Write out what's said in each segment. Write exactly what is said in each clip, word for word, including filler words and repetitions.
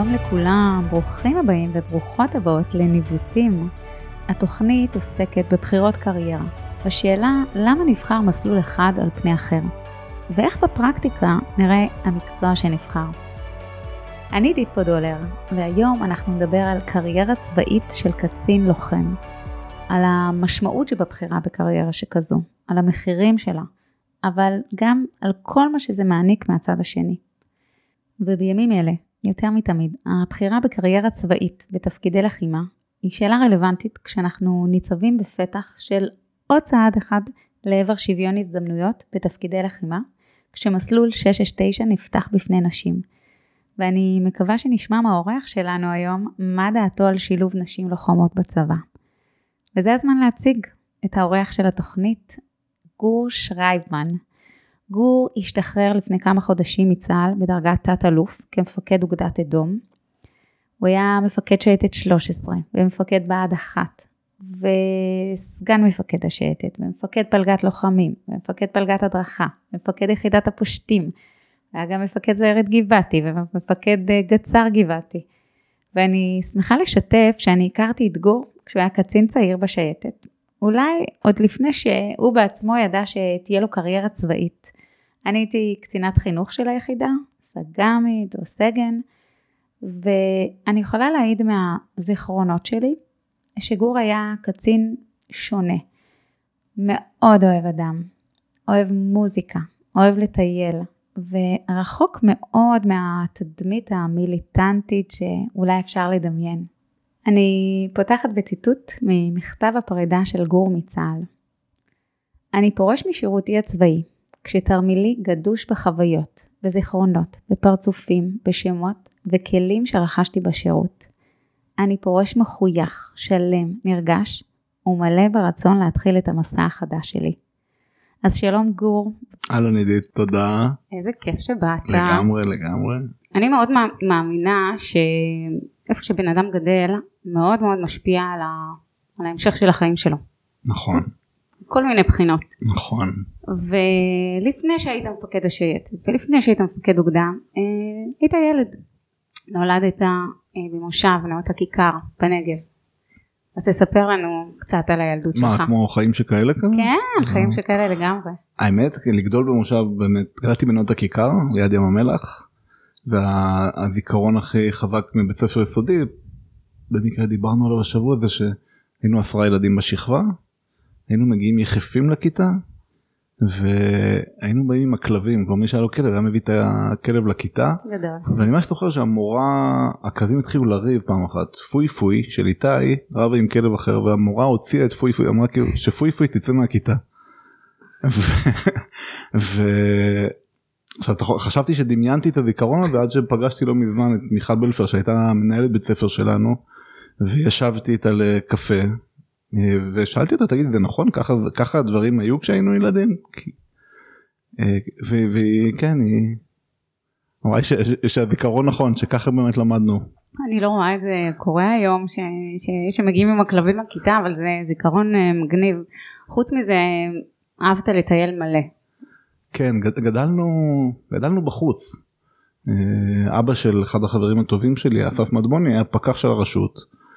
שלום לכולם, ברוכים הבאים וברוכות הבאות לניווטים. התוכנית עוסקת בבחירות קריירה, בשאלה למה נבחר מסלול אחד על פני אחר, ואיך בפרקטיקה נראה המקצוע שנבחר. אני עידית פודולר, והיום אנחנו נדבר על קריירה צבאית של קצין לוחם, על המשמעות שבבחירה בקריירה שכזו, על המחירים שלה, אבל גם על כל מה שזה מעניק מהצד השני. ובימים אלה, יותר מתמיד, הבחירה בקריירה צבאית בתפקידי לחימה היא שאלה רלוונטית כשאנחנו ניצבים בפתח של עוד צעד אחד לעבר שוויון הזדמנויות בתפקידי לחימה, כשמסלול שש שש תשע נפתח בפני נשים. ואני מקווה שנשמע מהאורח שלנו היום מה דעתו על שילוב נשים לוחמות בצבא. וזה הזמן להציג את האורח של התוכנית, גור שרייבמן. גור השתחרר לפני כמה חודשים מצה"ל בדרגת תת אלוף כמפקד אוגדת אדום. הוא היה מפקד שייטת שלוש עשרה ומפקד בה"ד אחת וסגן מפקד השייטת ומפקד פלגת לוחמים ומפקד פלגת הדרכה ומפקד יחידת הפושטים. היה גם מפקד זיירת גבעתי ומפקד גצר גבעתי. ואני שמחה לשתף שאני הכרתי את גור כשהוא היה קצין צעיר בשייטת. אולי עוד לפני שהוא בעצמו ידע שתהיה לו קריירה צבאית. אני הייתי קצינת חינוך של היחידה, סג"מית או סגן, ואני יכולה להעיד מהזיכרונות שלי, שגור היה קצין שונה, מאוד אוהב אדם, אוהב מוזיקה, אוהב לטייל, ורחוק מאוד מהתדמית המיליטנטית שאולי אפשר לדמיין. אני פותחת בציטוט ממכתב הפרידה של גור מצה"ל. אני פורש משירותי הצבאי, כשתרמילי גדוש בחוויות, בזיכרונות, בפרצופים, בשמות וכלים שרכשתי בשירות. אני פורש מחוייך, שלם, נרגש, ומלא ברצון להתחיל את המסע החדש שלי. אז שלום גור. אהלן עידית, תודה. איזה כיף שבאת. לגמרי, לגמרי. אני מאוד מאמינה שאיפה שבן אדם גדל, מאוד מאוד משפיע על, ה... על ההמשך של החיים שלו. נכון. כל מיני בחינות. נכון. ולפני שהיית מפקד השייטת, ולפני שהיית מפקד אוגדה, היית ילד. נולדת במושב נאות הכיכר בנגב. אז תספר לנו קצת על הילדות שלך. מה, כמו חיים שכאלה כזה? כן, חיים שכאלה לגמרי. האמת, לגדול במושב, באמת, גדלתי בנאות הכיכר, ליד ים המלח, והזיכרון הכי חזק מבית ספר יסודי, במקרה דיברנו עליו השבוע, זה שהיינו עשרה ילדים בשכבה, היינו מגיעים יחפים לכיתה, והיינו באים עם הכלבים, כלומר מי שהיה לו כלב, היה מביא את הכלב לכיתה, גדול. ואני ממש זוכר שהמורה, הכלבים התחילו לריב פעם אחת, פוי פוי של איתי, רבה עם כלב אחר, והמורה הוציאה את פוי פוי, אמרה כאילו שפוי פוי תצא מהכיתה. ו... עכשיו, חשבתי שדמיינתי את הזיכרון הזה, עד שפגשתי לא מזמן את מיכל בלפר, שהייתה מנהלת בית ספר שלנו, וישבתי איתה לקפה, ושאלתי אותה, תגיד, זה נכון? ככה, ככה הדברים היו כשהיינו ילדים? וכן, היא אמרה שהזיכרון נכון, שככה באמת למדנו. אני לא רואה את זה קורה היום, שמגיעים עם הכלבים לכיתה, אבל זה זיכרון מגניב. חוץ מזה, אהבת לטייל מלא. כן, גדלנו, גדלנו בחוץ. אבא של אחד החברים הטובים שלי, אסף מדמוני, היה פקח של הרשות.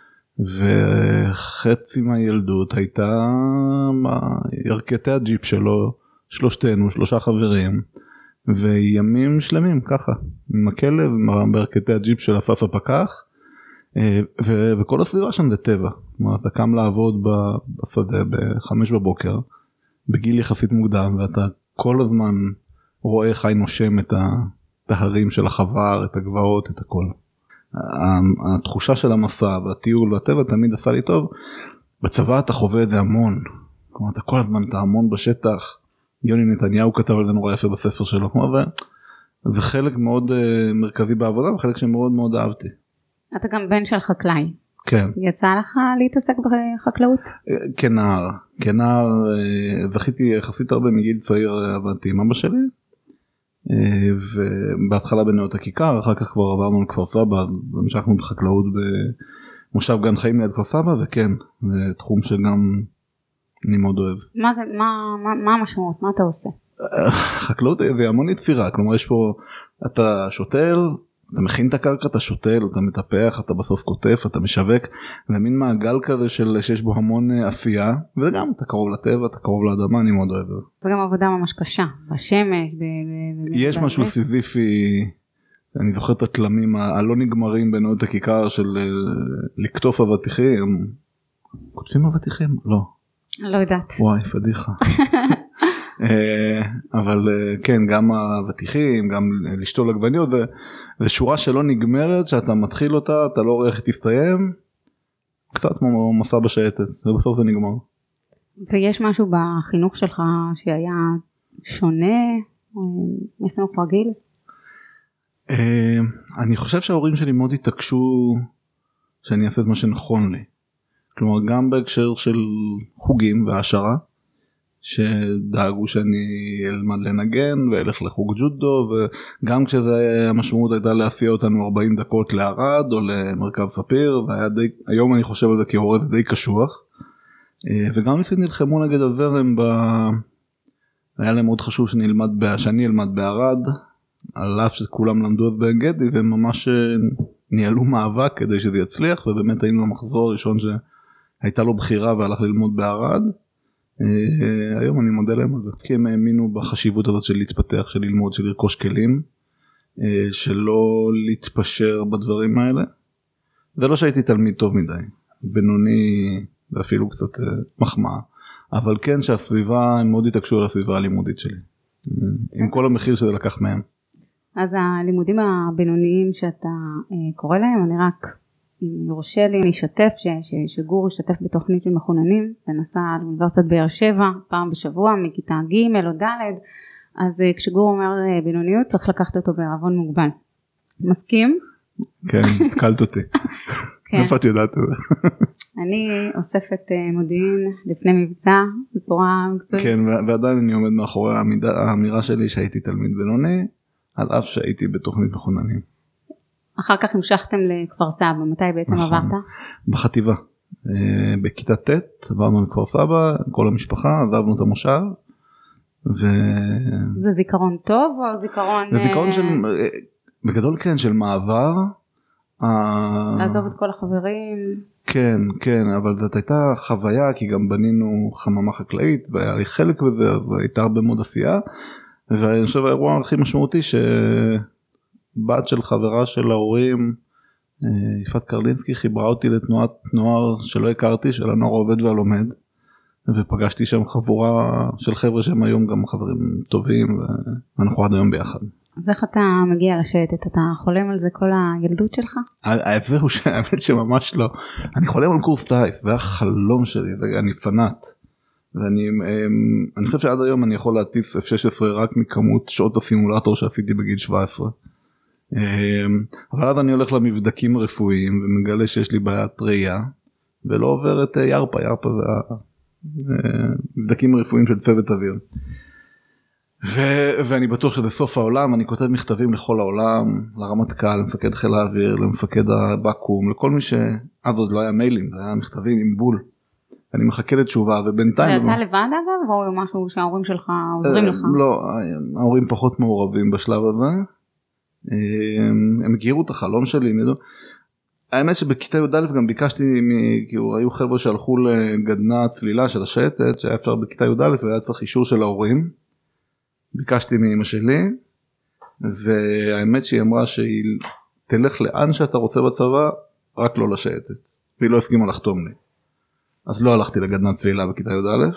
וחצי מהילדות הייתה ירכתי הג'יפ שלו, שלושתנו, שלושה חברים, וימים שלמים ככה, עם הכלב, בירכתי הג'יפ של אסף הפקח, ו- וכל הסביבה שם זה טבע. זאת אומרת, אתה קם לעבוד בשדה בחמש בבוקר, בגיל יחסית מוקדם, ואתה כל הזמן רואה חי נושם את ההרים של החבר, את הגבעות, את הכל. התחושה של המסע והטיול והטבע תמיד עשה לי טוב. בצבא אתה חווה את זה המון, כלומר אתה כל הזמן אתה המון בשטח. יוני נתניהו כתב על זה נורא יפה בספר שלו, כלומר זה, זה חלק מאוד uh, מרכזי בעבודה וחלק שמאוד מאוד אהבתי. אתה גם בן של חקלאי. כן. יצא לך להתעסק בחקלאות? כנער, כנער זכיתי יחסית הרבה מגיל צעיר, עבדתי עם אבא שלי, ובהתחלה בנאות הכיכר, אחר כך כבר עברנו לכפר סבא, המשכנו בחקלאות במושב גן חיים ליד כפר סבא, וכן, זה תחום שגם אני מאוד אוהב. מה זה, מה, מה, מה המשמעות? מה אתה עושה? חקלאות זה המון יצירה, כלומר יש פה, אתה שותל, אתה מכין את הקרקע, אתה שותל, אתה מטפח, אתה בסוף כותף, אתה משווק, זה מין מעגל כזה של, שיש בו המון עשייה, וגם אתה קרוב לטבע, אתה קרוב לאדמה, אני מאוד אוהב. זה גם עבודה ממש קשה, בשמש. יש משהו סיזיפי, אני זוכר את התלמים הלא נגמרים בנאות הכיכר של לקטוף אבטיחים, כותבים אבטיחים? לא. לא יודעת. וואי, פדיחה. אבל כן, גם האבטיחים, גם לשתול עגבניות, זה, זה שורה שלא נגמרת, שאתה מתחיל אותה, אתה לא רואה איך תסתיים, קצת כמו מסע בשייטת, ובסוף זה נגמר. ויש משהו בחינוך שלך שהיה שונה מחינוך רגיל? אני חושב שההורים שלי מאוד התעקשו שאני אעשה את מה שנכון לי. כלומר, גם בהקשר של חוגים והעשרה, שדאגו שאני אלמד לנגן ואלך לחוג ג'ודו, וגם כשזה המשמעות הייתה להסיע אותנו ארבעים דקות לערד או למרכז ספיר, די, היום אני חושב על זה כהורה זה די קשוח, וגם לפי נלחמו נגד הזרם, ב... היה להם מאוד חשוב שאני אלמד, ב... שאני אלמד בערד, על אף שכולם למדו אז בגדי, והם ממש ניהלו מאבק כדי שזה יצליח, ובאמת היינו במחזור הראשון שהייתה לו בחירה והלך ללמוד בערד. היום אני מודה להם על זה, כי הם האמינו בחשיבות הזאת של להתפתח, של ללמוד, של לרכוש כלים, שלא להתפשר בדברים האלה. זה לא שהייתי תלמיד טוב מדי, בינוני זה אפילו קצת מחמאה, אבל כן שהסביבה, הם מאוד התעקשו על הסביבה הלימודית שלי, עם כל המחיר שזה לקח מהם. אז הלימודים הבינוניים שאתה קורא להם, אני רק, אם יורשה לי, נשתף, שגור ישתף בתוכנית של מחוננים, ונסע לאוניברסיטת באר שבע, פעם בשבוע, מכיתה ג' או ד', אז כשגור אומר בינוניות, צריך לקחת אותו בערבון מוגבל. מסכים? כן, התקלת אותי. איפה את יודעת את זה? אני אוספת מודיעין לפני מבצע, בצורה מקצועית. כן, ועדיין אני עומד מאחורי האמירה שלי שהייתי תלמיד בינוני, על אף שהייתי בתוכנית מחוננים. אחר כך המשכתם לכפר סבא, מתי בעצם עברת? בחטיבה, בכיתה ט' עברנו לכפר סבא, כל המשפחה, עזבנו את המושב. זה זיכרון טוב או זיכרון? זה זיכרון של, בגדול כן, של מעבר. לעזוב את כל החברים. כן, כן, אבל זאת הייתה חוויה, כי גם בנינו חממה חקלאית, והיה לי חלק בזה, אז הייתה הרבה מאוד עשייה, ואני חושב האירוע הכי משמעותי ש... בת של חברה של ההורים, יפעת קרלינסקי, חיברה אותי לתנועת נוער שלא הכרתי, של הנוער העובד והלומד, ופגשתי שם חבורה של חבר'ה שהם היום גם חברים טובים, ואנחנו עד היום ביחד. אז איך אתה מגיע לשייטת? אתה חולם על זה כל הילדות שלך? זהו, האמת שממש לא. אני חולם על קורס טייס, זה החלום שלי, אני פנאט. ואני אני חושב שעד היום אני יכול להטיס אף שש עשרה רק מכמות שעות הסימולטור שעשיתי בגיל שבע עשרה. אבל אז אני הולך למבדקים הרפואיים ומגלה שיש לי בעיית ראייה, ולא עובר את ירפה, ירפה זה המבדקים הרפואיים של צוות אוויר. ו- ואני בטוח שזה סוף העולם, אני כותב מכתבים לכל העולם, לרמטכ"ל, למפקד חיל האוויר, למפקד הבקו"ם, לכל מי שאז עוד לא היה מיילים, זה היה מכתבים עם בול. אני מחכה לתשובה, ובינתיים... ואתה לבד אגב, או משהו שההורים שלך עוזרים לך? לא, ההורים פחות מעורבים בשלב הזה. הם הכירו את החלום שלי, הם ידעו. האמת שבכיתה י"א גם ביקשתי, כאילו היו חבר'ה שהלכו לגדנה צלילה של השייטת, שהיה אפשר בכיתה י"א, והיה צריך אישור של ההורים. ביקשתי מאמא שלי, והאמת שהיא אמרה שהיא תלך לאן שאתה רוצה בצבא, רק לא לשייטת. והיא לא הסכימה לחתום לי. אז לא הלכתי לגדנה צלילה בכיתה י"א,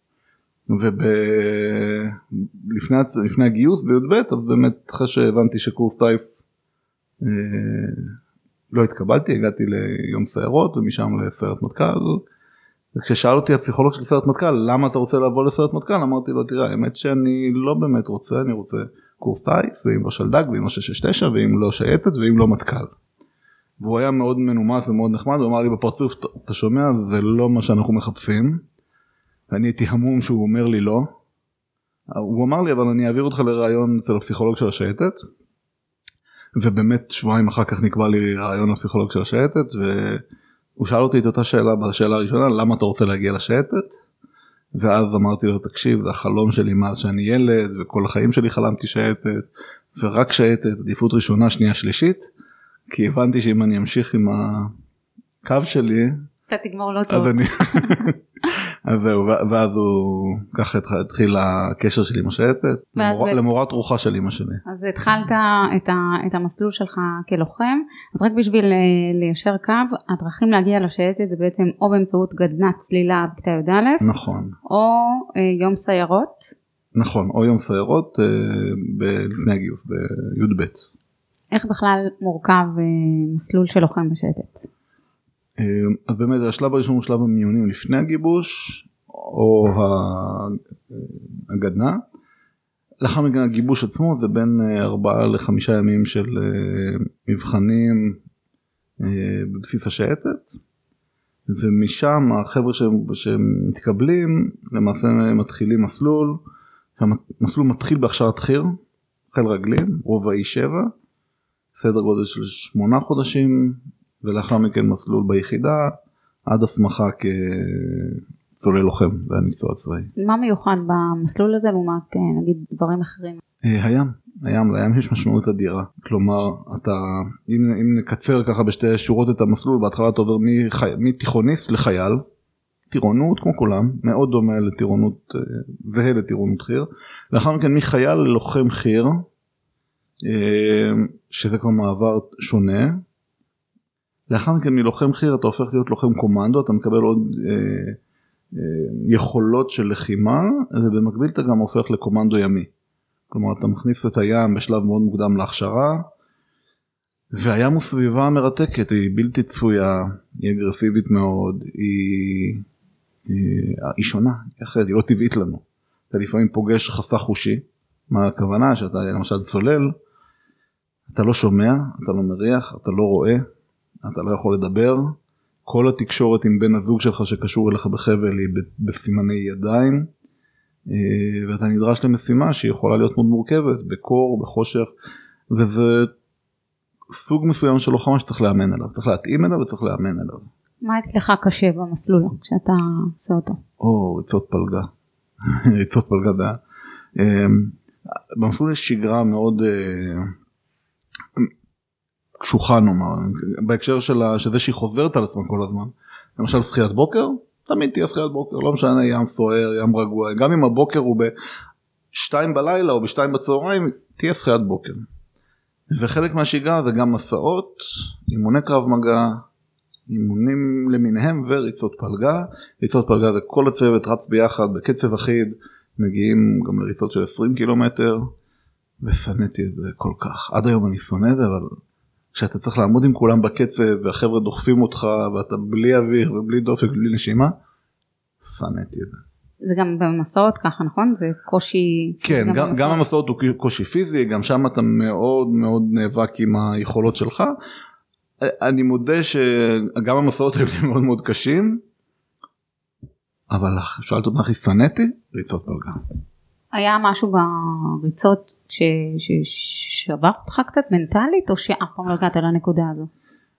ולפני הגיוס בי"ב, אז באמת אחרי שהבנתי שקורס טייס אה, לא התקבלתי, הגעתי ליום סיירות ומשם לסיירת מטכ"ל, וכששאל אותי הפסיכולוג של סיירת מטכ"ל, למה אתה רוצה לבוא לסיירת מטכ"ל? אמרתי לו, תראה, האמת שאני לא באמת רוצה, אני רוצה קורס טייס, ואם לא שלדג, ואם לא שש שש תשע, ואם לא שייטת, ואם לא מטכ"ל. והוא היה מאוד מנומס ומאוד נחמד, הוא אמר לי בפרצוף, אתה שומע, זה לא מה שאנחנו מחפשים, ואני הייתי המום שהוא אומר לי לא, הוא אמר לי, אבל אני אעביר אותך לרעיון אצל הפסיכולוג של השייטת, ובאמת שבועיים אחר כך נקבע לי רעיון לפסיכולוג של השייטת, והוא שאל אותי את אותה שאלה, בשאלה הראשונה, למה אתה רוצה להגיע לשייטת? ואז אמרתי לו, תקשיב, זה החלום שלי מאז שאני ילד, וכל החיים שלי חלמתי שייטת, ורק שייטת עדיפות ראשונה, שנייה, שלישית, כי הבנתי שאם אני אמשיך עם הקו שלי, אתה תגמור לא טוב. אז אני, אז זהו, ואז הוא, ככה התחיל הקשר שלי עם השייטת, למור, למורת רוחה של אמא שלי. אז התחלת את, ה, את המסלול שלך כלוחם, אז רק בשביל ליישר קו, הדרכים להגיע לשייטת זה בעצם או באמצעות גדנ"ע צלילה בכיתה י"א, נכון. או יום סיירות. נכון, או יום סיירות לפני הגיוס, ב-י"ב. איך בכלל מורכב מסלול של לוחם בשייטת? אז באמת השלב הראשון הוא שלב המיונים לפני הגיבוש או הגדנ"ע. לאחר מכן הגיבוש עצמו זה בין ארבעה לחמישה ימים של מבחנים בבסיס השייטת, ומשם החבר'ה שמתקבלים למעשה מתחילים מסלול. המסלול מתחיל בהכשרת חי"ר, חיל רגלים, רובעי שבע, סדר גודל של שמונה חודשים, ולאחר מכן מסלול ביחידה, עד הסמכה כצולל לוחם, זה המקצוע הצבאי. מה מיוחד במסלול הזה לעומת נגיד דברים אחרים? הים, הים, לים יש משמעות אדירה. כלומר, אתה, אם, אם נקצר ככה בשתי שורות את המסלול, בהתחלה אתה עובר מחי, מתיכוניסט לחייל, טירונות כמו כולם, מאוד דומה לטירונות, זהה לטירונות חי"ר. לאחר מכן מחייל ללוחם חי"ר, שזה כבר מעבר שונה. לאחר מכן מלוחם חי"ר אתה הופך להיות לוחם קומנדו, אתה מקבל עוד אה, אה, יכולות של לחימה, ובמקביל אתה גם הופך לקומנדו ימי. כלומר אתה מכניס את הים בשלב מאוד מוקדם להכשרה, והים הוא סביבה מרתקת, היא בלתי צפויה, היא אגרסיבית מאוד, היא, היא, היא שונה, היא אחרת, היא לא טבעית לנו. אתה לפעמים פוגש חסך חושי, מה הכוונה? שאתה למשל צולל, אתה לא שומע, אתה לא מריח, אתה לא רואה, אתה לא יכול לדבר, כל התקשורת עם בן הזוג שלך שקשור אליך בחבל היא בסימני ידיים, ואתה נדרש למשימה שהיא יכולה להיות מאוד מורכבת, בקור, בחושך, וזה סוג מסוים של לוחמה שצריך לאמן אליו, צריך להתאים אליו וצריך לאמן אליו. מה אצלך קשה במסלול כשאתה עושה אותו? או, ריצות פלגה. ריצות פלגה זה... במסלול יש שגרה מאוד... קשוחה נאמר, בהקשר של שזה שהיא חוזרת על עצמה כל הזמן, למשל שחיית בוקר, תמיד תהיה שחיית בוקר, לא משנה ים סוער, ים רגוע, גם אם הבוקר הוא בשתיים בלילה או בשתיים בצהריים, תהיה שחיית בוקר. וחלק מהשגרה זה גם מסעות, אימוני קרב מגע, אימונים למיניהם וריצות פלגה. ריצות פלגה זה כל הצוות רץ ביחד בקצב אחיד, מגיעים גם לריצות של עשרים קילומטר, ושנאתי את זה כל כך. עד היום אני שונא את זה, אבל כשאתה צריך לעמוד עם כולם בקצב, והחבר'ה דוחפים אותך, ואתה בלי אוויר ובלי דופק ובלי נשימה, שונאתי את זה. זה גם במסעות ככה, נכון? זה קושי... כן, גם, גם המסעות הוא קושי פיזי, גם שם אתה מאוד מאוד נאבק עם היכולות שלך. אני מודה שגם המסעות היו מאוד מאוד קשים, אבל שאלת אותך, שונאתי? ריצות פלגה. היה משהו בריצות ששבר אותך קצת מנטלית, או שאף פעם לא הגעת לנקודה הזו?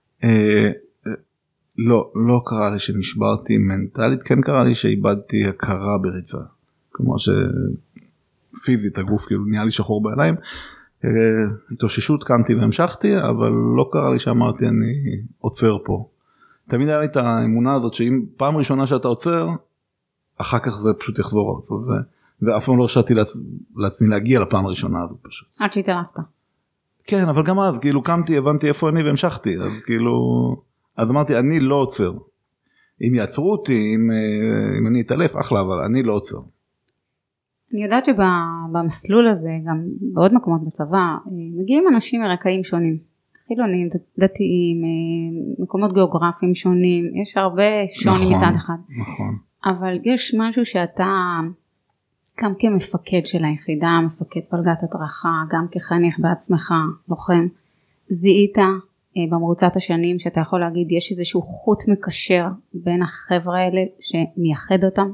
לא, לא קרה לי שנשברתי מנטלית, כן קרה לי שאיבדתי הכרה בריצה. כלומר שפיזית הגוף כאילו נהיה לי שחור בעיניים, התאוששות קמתי והמשכתי, אבל לא קרה לי שאמרתי אני עוצר פה. תמיד היה לי את האמונה הזאת שאם פעם ראשונה שאתה עוצר, אחר כך זה פשוט יחזור על זה, ואף פעם לא הרשתי לעצ... לעצמי להגיע לפעם הראשונה הזאת פשוט. עד שהתערפת. כן, אבל גם אז, כאילו קמתי, הבנתי איפה אני והמשכתי, אז כאילו, אז אמרתי, אני לא עוצר. אם יעצרו אותי, אם, אם אני אתעלף, אחלה, אבל אני לא עוצר. אני יודעת שבמסלול הזה, גם בעוד מקומות בצבא, מגיעים אנשים מרקעים שונים. חילונים, דתיים, מקומות גיאוגרפיים שונים, יש הרבה שוני נכון, מצד אחד. נכון. אבל יש משהו שאתה... גם כמפקד של היחידה, מפקד פלגת הדרכה, גם כחניך בעצמך, לוחם, זיהית אה, במרוצת השנים שאתה יכול להגיד, יש איזשהו חוט מקשר בין החבר'ה האלה שמייחד אותם?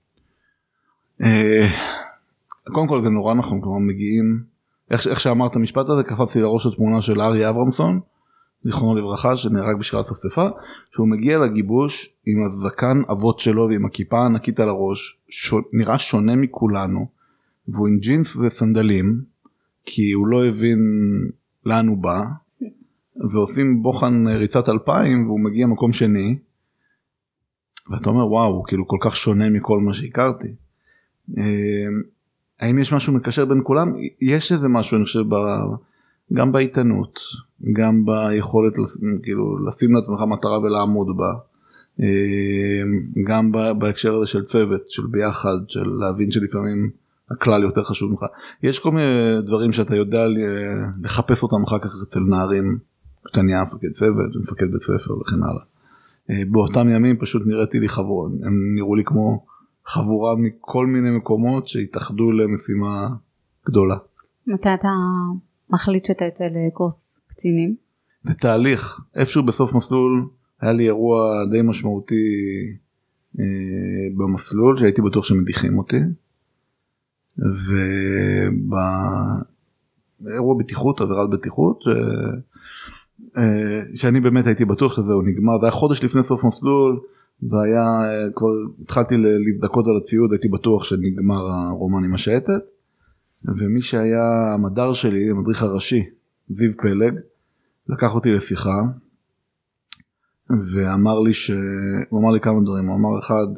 אה, קודם כל זה נורא נכון, כלומר מגיעים, איך, איך שאמרת המשפט הזה, קפצתי לראש התמונה של ארי אברמסון, זיכרונו לברכה, שנהרג בשחיית הצצפה, שהוא מגיע לגיבוש עם הזקן אבות שלו ועם הכיפה הענקית על הראש, ש... נראה שונה מכולנו, והוא עם ג'ינס וסנדלים, כי הוא לא הבין לאן הוא בא, ועושים בוחן ריצת אלפיים, והוא מגיע מקום שני, ואתה אומר, וואו, הוא כאילו כל כך שונה מכל מה שהכרתי. האם יש משהו מקשר בין כולם? יש איזה משהו, אני חושב, גם בעיתונות, גם ביכולת כאילו, לשים לעצמך מטרה ולעמוד בה, גם בהקשר הזה של צוות, של ביחד, של להבין שלפעמים הכלל יותר חשוב ממך. יש כל מיני דברים שאתה יודע לחפש אותם אחר כך אצל נערים, כשאתה נהיה מפקד צוות, מפקד בית ספר וכן הלאה. באותם ימים פשוט נראיתי לי חבורה, הם נראו לי כמו חבורה מכל מיני מקומות שהתאחדו למשימה גדולה. מתי אתה מחליט שאתה יוצא לקורס קצינים? זה תהליך, איפשהו בסוף מסלול היה לי אירוע די משמעותי אה, במסלול שהייתי בטוח שמדיחים אותי, ובאירוע בטיחות, עבירת בטיחות, ש... אה, שאני באמת הייתי בטוח שזהו נגמר, זה היה חודש לפני סוף מסלול, והיה, כבר התחלתי להזדקות על הציוד, הייתי בטוח שנגמר הרומן עם השייטת, ומי שהיה המדר שלי, המדריך הראשי, זיו פלג, לקח אותי לשיחה, ואמר לי ש... הוא אמר לי כמה דברים, הוא אמר אחד,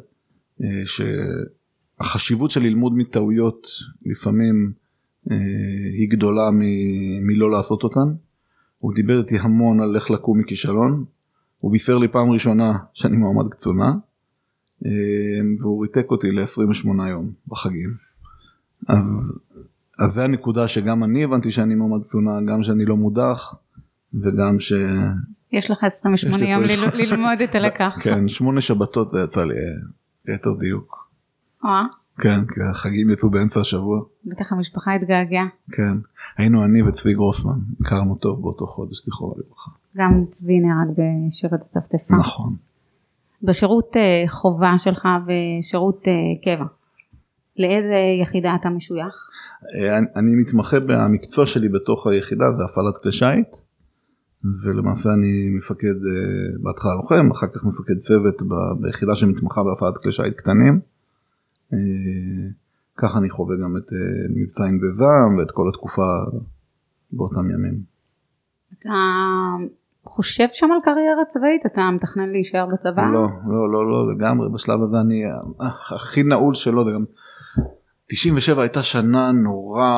שהחשיבות של ללמוד מטעויות, לפעמים היא גדולה מ... מלא לעשות אותן, הוא דיבר איתי המון על איך לקום מכישלון, הוא בישר לי פעם ראשונה שאני מעמד קצונה, והוא ריתק אותי ל-עשרים ושמונה יום בחגים. אז, אז זה הנקודה שגם אני הבנתי שאני מעמד קצונה, גם שאני לא מודח, וגם ש... יש לך עשרים ושמונה יום ל- ללמוד את הלקח. כן, שמונה שבתות ויצא לי יותר דיוק. אה? כן, כי החגים יצאו באמצע השבוע. בטח המשפחה התגעגעה. כן, היינו אני וצבי גרוסמן, הכרנו טוב באותו חודש, זכרו לברכה. גם צבי נהרג בשירות הצפצפה. נכון. בשירות חובה שלך ושירות קבע, לאיזה יחידה אתה משוייך? אני, אני מתמחה במקצוע שלי בתוך היחידה, זה הפעלת כלי שיט, ולמעשה אני מפקד בהתחלה לוחם, אחר כך מפקד צוות ב, ביחידה שמתמחה בהפעלת כלי שיט קטנים, ככה אני חווה גם את מבצע עם בזעם ואת כל התקופה באותם ימים. אתה חושב שם על קריירה צבאית? אתה מתכנן להישאר בצבא? לא, לא, לא, לא, לגמרי. בשלב הזה אני, הכי נעול שלו, זה גם, תשעים ושבע הייתה שנה נורא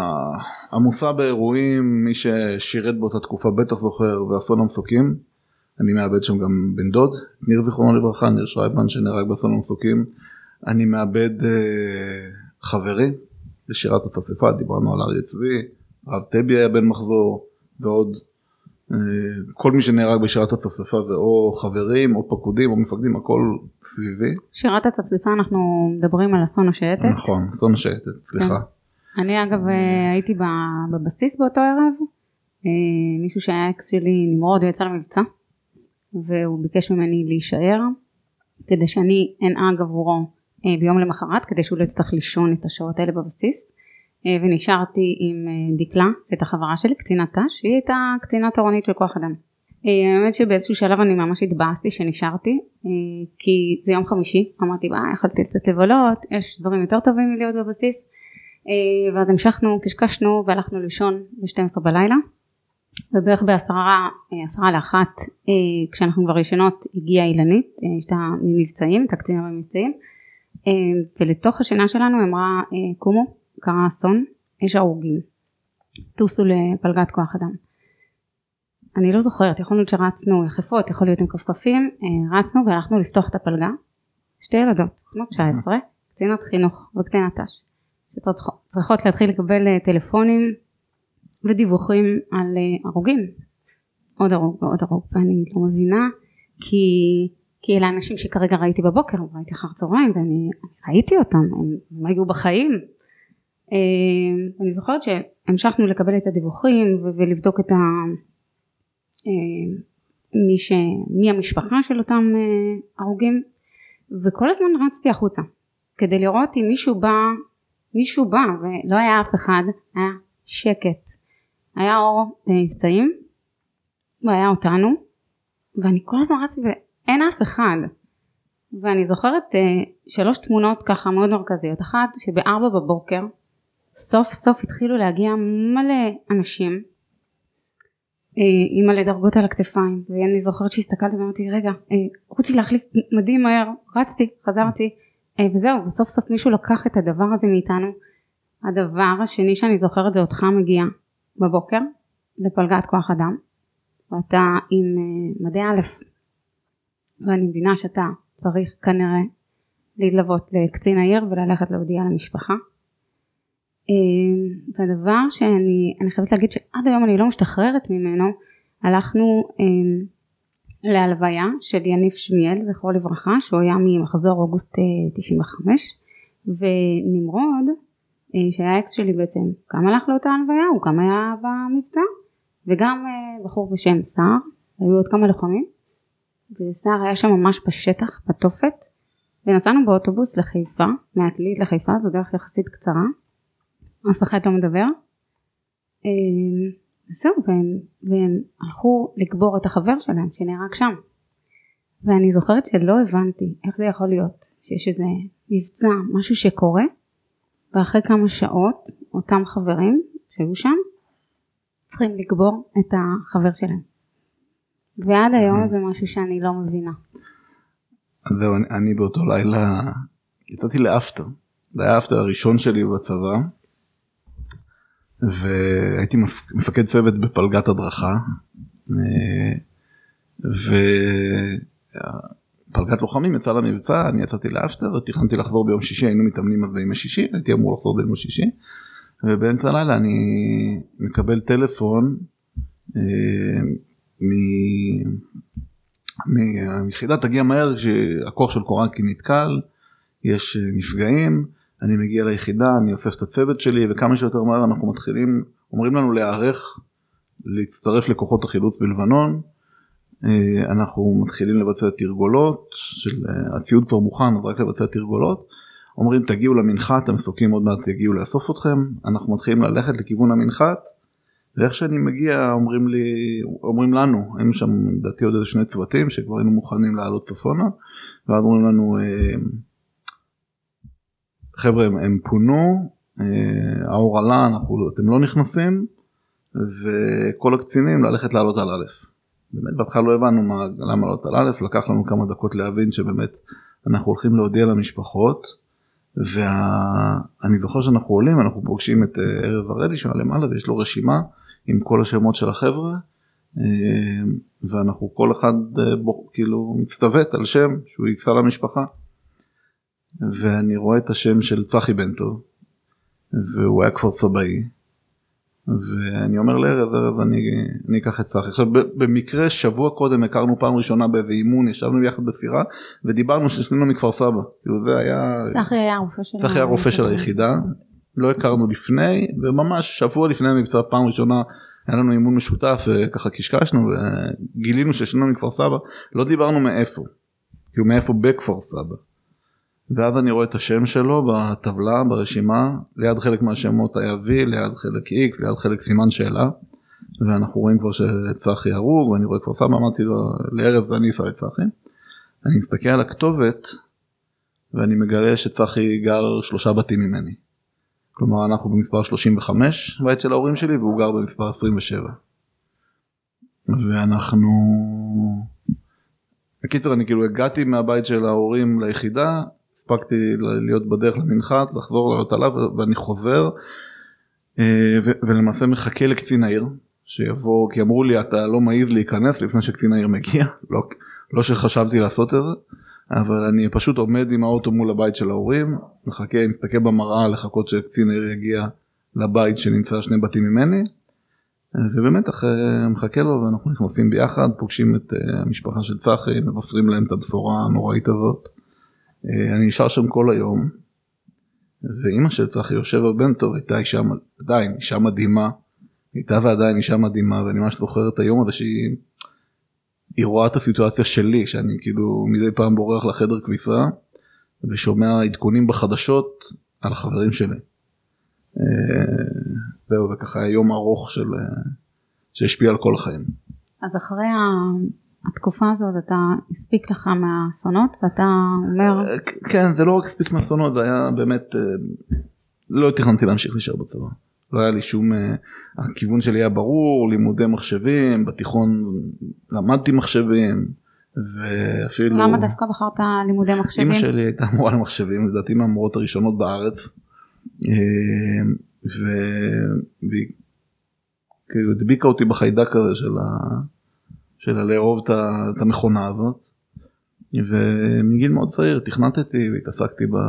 עמוסה באירועים, מי ששירת באותה תקופה בטח זוכר, זה אסון המסוקים. אני מאבד שם גם בן דוד, ניר זיכרונו לברכה, ניר שרייבמן שנהרג באסון המסוקים. אני מאבד אה, חברים בשירת הצפצפה, דיברנו על אריה צבי, רב טבי היה בן מחזור, ועוד אה, כל מי שנהרג בשירת הצפצפה זה או חברים או פקודים או מפקדים, הכל סביבי. שירת הצפצפה אנחנו מדברים על אסון השייטת. נכון, אסון השייטת, סליחה. כן. אני אגב הייתי בבסיס באותו ערב, אה, מישהו שהיה אקס שלי נמרוד, הוא יצא למבצע, והוא ביקש ממני להישאר, כדי שאני אנהג עבורו ביום למחרת, כדי שהוא לא יצטרך לישון את השעות האלה בבסיס, ונשארתי עם דקלה, את החברה שלי, קצינת ת"ש, שהיא הייתה קצינת תורנית של כוח אדם. האמת שבאיזשהו שלב אני ממש התבאסתי שנשארתי, כי זה יום חמישי, אמרתי, בה, יכולתי לצאת לבלות, יש דברים יותר טובים מלהיות בבסיס, ואז המשכנו, קשקשנו, והלכנו לישון ב-שתים עשרה בלילה, ובערך בעשרה, עשרה לאחת, כשאנחנו כבר ישנות, הגיעה אילנית, שהייתה ממבצעים, הייתה קצינה במבצעים, ולתוך השינה שלנו אמרה, קומו, קרה אסון, יש הרוגים, טוסו לפלגת כוח אדם. אני לא זוכרת, יכול להיות שרצנו יחפות, יכול להיות עם כפכפים, רצנו והלכנו לפתוח את הפלגה, שתי ילדות, כמו תשע עשרה, קצינת חינוך וקצינת ת"ש, שצריכות להתחיל לקבל טלפונים ודיווחים על הרוגים, עוד הרוג ועוד הרוג, ואני לא מבינה, כי... כי אלה אנשים שכרגע ראיתי בבוקר, ראיתי אחר צהריים, ואני ראיתי אותם, הם, הם היו בחיים. אני זוכרת שהמשכנו לקבל את הדיווחים, ולבדוק את ה... מי, ש... מי המשפחה של אותם הרוגים, וכל הזמן רצתי החוצה, כדי לראות אם מישהו בא, מישהו בא, ולא היה אף אחד, היה שקט. היה אור מבצעים, והיה אותנו, ואני כל הזמן רצתי ו... אין אף אחד, ואני זוכרת uh, שלוש תמונות ככה מאוד מרכזיות, אחת שבארבע בבוקר סוף סוף התחילו להגיע מלא אנשים, עם מלא דרגות על הכתפיים, ואני זוכרת שהסתכלתי ואמרתי, רגע, רוצי להחליף מדהים מהר, רצתי, חזרתי, וזהו, וסוף סוף מישהו לקח את הדבר הזה מאיתנו. הדבר השני שאני זוכרת זה אותך מגיע בבוקר לפלגת כוח אדם, ואתה עם מדי א', ואני מבינה שאתה צריך כנראה להתלוות לקצין העיר וללכת להודיע למשפחה. והדבר שאני אני חייבת להגיד שעד היום אני לא משתחררת ממנו, הלכנו להלוויה של יניב שמיאל, זכרו לברכה, שהוא היה ממחזור אוגוסט תשעים וחמש, ונמרוד, שהיה אקס שלי בעצם, גם הלך לאותה הלוויה, הוא גם היה במבצע, וגם בחור בשם סער, היו עוד כמה לוחמים, וסער היה שם ממש בשטח, בתופת, ונסענו באוטובוס לחיפה, מעתלית לחיפה, זו דרך יחסית קצרה, אף אחד לא מדבר, זהו, והם, והם הלכו לקבור את החבר שלהם שנהרג שם, ואני זוכרת שלא הבנתי איך זה יכול להיות, שיש איזה מבצע, משהו שקורה, ואחרי כמה שעות, אותם חברים שהיו שם, צריכים לקבור את החבר שלהם, ועד היום זה משהו שאני לא מבינה. אז זהו, אני, אני באותו לילה, יצאתי לאפטר, זה היה האפטר הראשון שלי בצבא, והייתי מפקד צוות בפלגת הדרכה, ופלגת לוחמים יצא למבצע, אני יצאתי לאפטר, תכננתי לחזור ביום שישי, היינו מתאמנים אז בימי שישי, הייתי אמור לחזור ביום שישי, ובאמצע הלילה אני מקבל טלפון מיחידה, תגיע מהר כשהכוח של קורקי נתקל, יש נפגעים, אני מגיע ליחידה, אני אוסף את הצוות שלי, וכמה שיותר מהר אנחנו מתחילים, אומרים לנו להיערך, להצטרף לכוחות החילוץ בלבנון, אנחנו מתחילים לבצע תרגולות, של, הציוד כבר מוכן, אז רק לבצע תרגולות, אומרים תגיעו למנחת, המסוקים עוד מעט יגיעו לאסוף אתכם, אנחנו מתחילים ללכת לכיוון המנחת, ואיך שאני מגיע, אומרים לי, אומרים לנו, היינו שם דעתי עוד איזה שני צוותים, שכבר היינו מוכנים לעלות צפונה, ואז אומרים לנו, חבר'ה, הם, הם פונו, האור עלה, אנחנו, אתם לא נכנסים, וכל הקצינים ללכת לעלות על א'. באמת, בהתחלה לא הבנו מה, למה לעלות על א', לקח לנו כמה דקות להבין שבאמת אנחנו הולכים להודיע למשפחות, ואני זוכר שאנחנו עולים, אנחנו פוגשים את ארז הרדי שעלה למעלה, ויש לו רשימה עם כל השמות של החבר'ה, ואנחנו כל אחד כאילו מצטוות על שם שהוא ייצא למשפחה. ואני רואה את השם של צחי בן טוב, והוא היה כבר סבאי, ואני אומר לארז, ארז, אני, אני אקח את צחי. עכשיו, במקרה, שבוע קודם הכרנו פעם ראשונה באיזה אימון, ישבנו ביחד בסירה, ודיברנו ששנינו מכפר סבא. כאילו זה היה... צחי היה רופא של... צחי היה רופא של היחידה, לא הכרנו לפני, וממש שבוע לפני המבצע, פעם ראשונה, היה לנו אימון משותף, וככה קשקשנו, וגילינו ששנינו מכפר סבא, לא דיברנו מאיפה, כאילו מאיפה בכפר סבא. ואז אני רואה את השם שלו בטבלה, ברשימה, ליד חלק מהשמות היה V, ליד חלק X, ליד חלק סימן שאלה, ואנחנו רואים כבר שצחי הרוג, ואני רואה כבר סבא, אמרתי לו, לארז אני אסע לצחי, אני מסתכל על הכתובת, ואני מגלה שצחי גר שלושה בתים ממני, כלומר אנחנו במספר שלושים וחמש, בית של ההורים שלי, והוא גר במספר עשרים ושבע, ואנחנו... בקיצר, אני כאילו הגעתי מהבית של ההורים ליחידה, הספקתי להיות בדרך למנחת, לחזור לעלות עליו, ואני חוזר, ולמעשה מחכה לקצין העיר, שיבוא, כי אמרו לי, אתה לא מעיז להיכנס לפני שקצין העיר מגיע, לא, לא שחשבתי לעשות את זה, אבל אני פשוט עומד עם האוטו מול הבית של ההורים, מחכה, מסתכל במראה לחכות שקצין העיר יגיע לבית שנמצא שני בתים ממני, ובאמת אחרי מחכה לו, ואנחנו נכנסים ביחד, פוגשים את המשפחה של צחי, מבשרים להם את הבשורה הנוראית הזאת. אני נשאר שם כל היום, ואמא של צחי יושב בבן טוב, הייתה אישה, עדיין אישה מדהימה, הייתה ועדיין אישה מדהימה, ואני ממש זוכר את היום הזה שהיא היא רואה את הסיטואציה שלי, שאני כאילו מדי פעם בורח לחדר כביסה, ושומע עדכונים בחדשות על החברים שלי. זהו, וככה היום ארוך של, שהשפיע על כל החיים. אז אחרי התקופה הזאת אתה הספיק לך מהאסונות, ואתה אומר... כן, זה לא רק הספיק מהאסונות, זה היה באמת, לא תכננתי להמשיך להישאר בצבא. לא היה לי שום, הכיוון שלי היה ברור, לימודי מחשבים, בתיכון למדתי מחשבים, ואפילו... למה דווקא בחרת לימודי מחשבים? אמא שלי הייתה מורה למחשבים, לדעתי מהמורות הראשונות בארץ, והיא כאילו הדביקה אותי בחיידק הזה של ה... של לאהוב את המכונה הזאת, ומגיל מאוד צעיר תכנתתי והתעסקתי ב...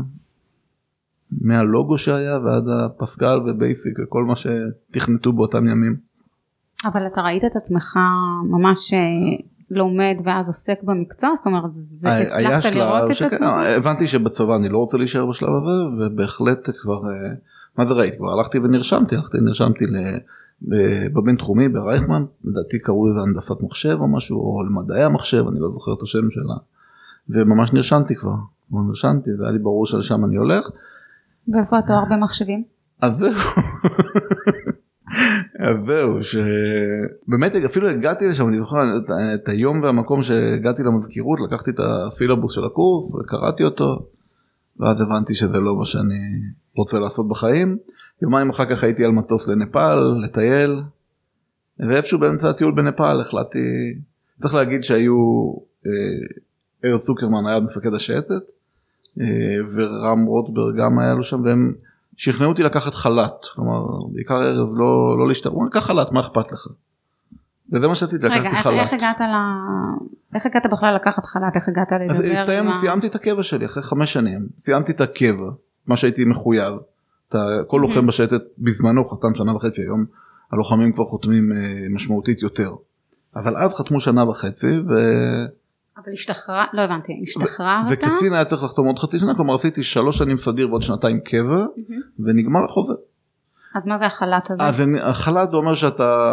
מהלוגו שהיה ועד הפסקל ובייסיק וכל מה שתכנתו באותם ימים. אבל אתה ראית את עצמך ממש לומד ואז עוסק במקצוע? זאת אומרת, זה הצלחת לראות את עצמך? הבנתי שבצבא אני לא רוצה להישאר בשלב הזה, ובהחלט כבר, מה זה ראיתי? כבר הלכתי ונרשמתי, הלכתי ונרשמתי בבין תחומי, ברייכמן, לדעתי קראו לזה הנדסת מחשב או משהו, או למדעי המחשב, אני לא זוכר את השם שלה, וממש נרשמתי כבר, נרשמתי, והיה לי ברור שלשם אני הולך. ואיפה התואר במחשבים? אז זהו, אז זהו, שבאמת אפילו הגעתי לשם, אני זוכר את היום והמקום שהגעתי למזכירות, לקחתי את הסילבוס של הקורס, וקראתי אותו, ואז הבנתי שזה לא מה שאני רוצה לעשות בחיים. יומיים אחר כך הייתי על מטוס לנפאל, לטייל, ואיפשהו באמצע הטיול בנפאל החלטתי, צריך להגיד שהיו, ארד צוקרמן היה מפקד השייטת, ורם רוטברג גם היה לו שם, והם שכנעו אותי לקחת חלט, כלומר, בעיקר ארז לא, לא להשתר, הוא לקח חלט, מה אכפת לך? וזה מה שעשיתי, לקחתי חלט. רגע, איך הגעת ל... איך הגעת בכלל לקחת חלט? איך הגעת לדבר? אז הסתיים, סיימתי את הקבע שלי, אחרי חמש שנים, סיימתי את הקבע, מה שהייתי מחויב, כל לוחם בשייטת בזמנו חתם שנה וחצי, היום הלוחמים כבר חותמים משמעותית יותר, אבל אז חתמו שנה וחצי, ו... אבל השתחרר, לא הבנתי, השתחררת? וכקצין היה צריך לחתום עוד חצי שנה, כלומר עשיתי שלוש שנים סדיר ועוד שנתיים קבע, ונגמר החוזה. אז מה זה החלט הזה? אז החלט זה אומר שאתה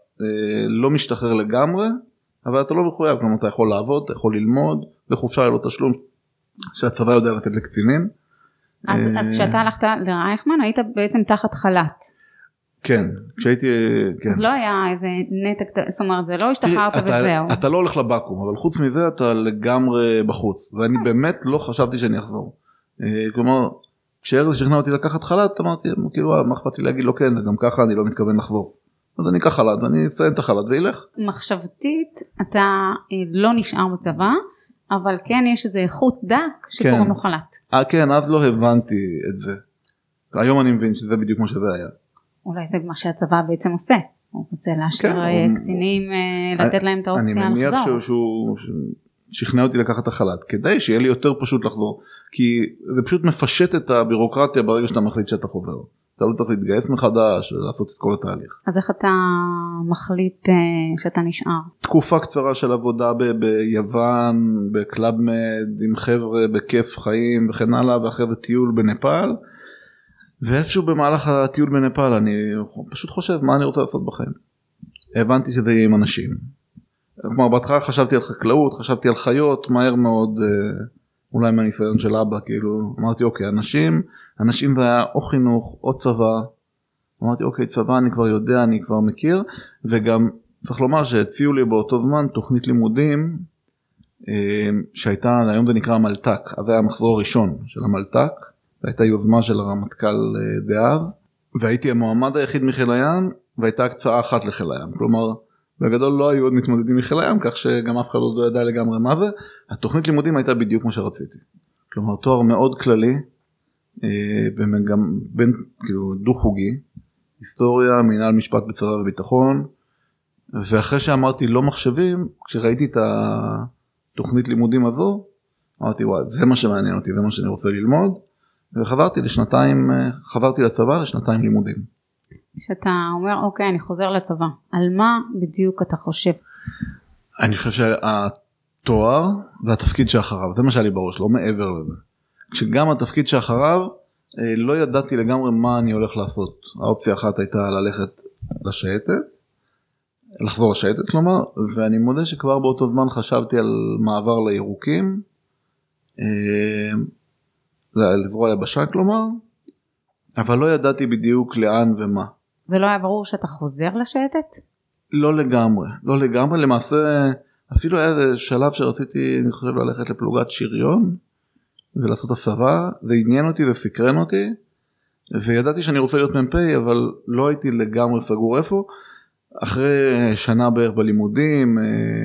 לא משתחרר לגמרי, אבל אתה לא מחויב, כלומר אתה יכול לעבוד, אתה יכול ללמוד, בחופשה היה לו תשלום שהצבא יודע לתת לקצינים. אז, אז כשאתה הלכת לרייכמן, היית בעצם תחת חלט. כן, כשהייתי, כן. אז לא היה איזה נתק, זאת אומרת, זה לא השתחררת וזהו. אתה לא הולך לבקום, אבל חוץ מזה אתה לגמרי בחוץ, ואני באמת לא חשבתי שאני אחזור. כלומר, כשארז שכנע אותי לקחת חלט, אמרתי, כאילו, מה אכפת לי להגיד לו כן, גם ככה אני לא מתכוון לחזור. אז אני אקח חלט, ואני אציין את החלט ואילך. מחשבתית, אתה לא נשאר בצבא, אבל כן יש איזה איכות דק שקוראים לו חלט. אה, כן, אז לא הבנתי את זה. היום אני מבין שזה בדיוק מה שזה היה. אולי זה מה שהצבא בעצם עושה. הוא רוצה להשאיר קצינים, לתת להם את האופציה לחזור. אני מניח שהוא שכנע אותי לקחת את החלט, כדי שיהיה לי יותר פשוט לחזור. כי זה פשוט מפשט את הבירוקרטיה ברגע שאתה מחליט שאתה חוזר. אתה לא צריך להתגייס מחדש ולעשות את כל התהליך. אז איך אתה מחליט שאתה נשאר? תקופה קצרה של עבודה ב- ביוון, בקלאב מד, עם חבר'ה, בכיף חיים וכן הלאה, ואחרי זה טיול בנפאל. ואיפשהו במהלך הטיול בנפאל אני פשוט חושב מה אני רוצה לעשות בחיים. הבנתי שזה יהיה עם אנשים. כלומר, בהתחלה חשבתי על חקלאות, חשבתי על חיות, מהר מאוד, אולי מהניסיון של אבא, כאילו, אמרתי, אוקיי, אנשים, אנשים זה היה או חינוך, או צבא. אמרתי, אוקיי, צבא אני כבר יודע, אני כבר מכיר, וגם צריך לומר שהציעו לי באותו זמן תוכנית לימודים, שהייתה, היום זה נקרא המלתק, אז היה המחזור הראשון של המלתק, והייתה יוזמה של הרמטכ"ל דאז, והייתי המועמד היחיד מחיל הים, והייתה הקצאה אחת לחיל הים. כלומר, בגדול לא היו עוד מתמודדים מחיל הים, כך שגם אף אחד לא ידע לגמרי מה זה. התוכנית לימודים הייתה בדיוק כמו שרציתי. כלומר, תואר מאוד כללי, גם בין, כאילו, דו-חוגי, היסטוריה, מנהל משפט בצבא וביטחון, ואחרי שאמרתי לא מחשבים, כשראיתי את התוכנית לימודים הזו, אמרתי, וואי, זה מה שמעניין אותי, זה מה שאני רוצה ללמוד, וחזרתי לשנתיים, חזרתי לצבא לשנתיים לימודים. שאתה אומר, אוקיי, אני חוזר לצבא. על מה בדיוק אתה חושב? אני חושב שהתואר והתפקיד שאחריו, זה מה שהיה לי בראש, לא מעבר לזה. כשגם התפקיד שאחריו, לא ידעתי לגמרי מה אני הולך לעשות. האופציה אחת הייתה ללכת לשייטת, לחזור לשייטת, כלומר, ואני מודה שכבר באותו זמן חשבתי על מעבר לירוקים, לזרוע יבשה, כלומר, אבל לא ידעתי בדיוק לאן ומה. זה לא היה ברור שאתה חוזר לשייטת? לא לגמרי, לא לגמרי. למעשה, אפילו היה איזה שלב שרציתי, אני חושב, ללכת לפלוגת שריון, ולעשות הסבה. זה עניין אותי, זה סקרן אותי, וידעתי שאני רוצה להיות מ"פ, אבל לא הייתי לגמרי סגור איפה. אחרי שנה בערך בלימודים,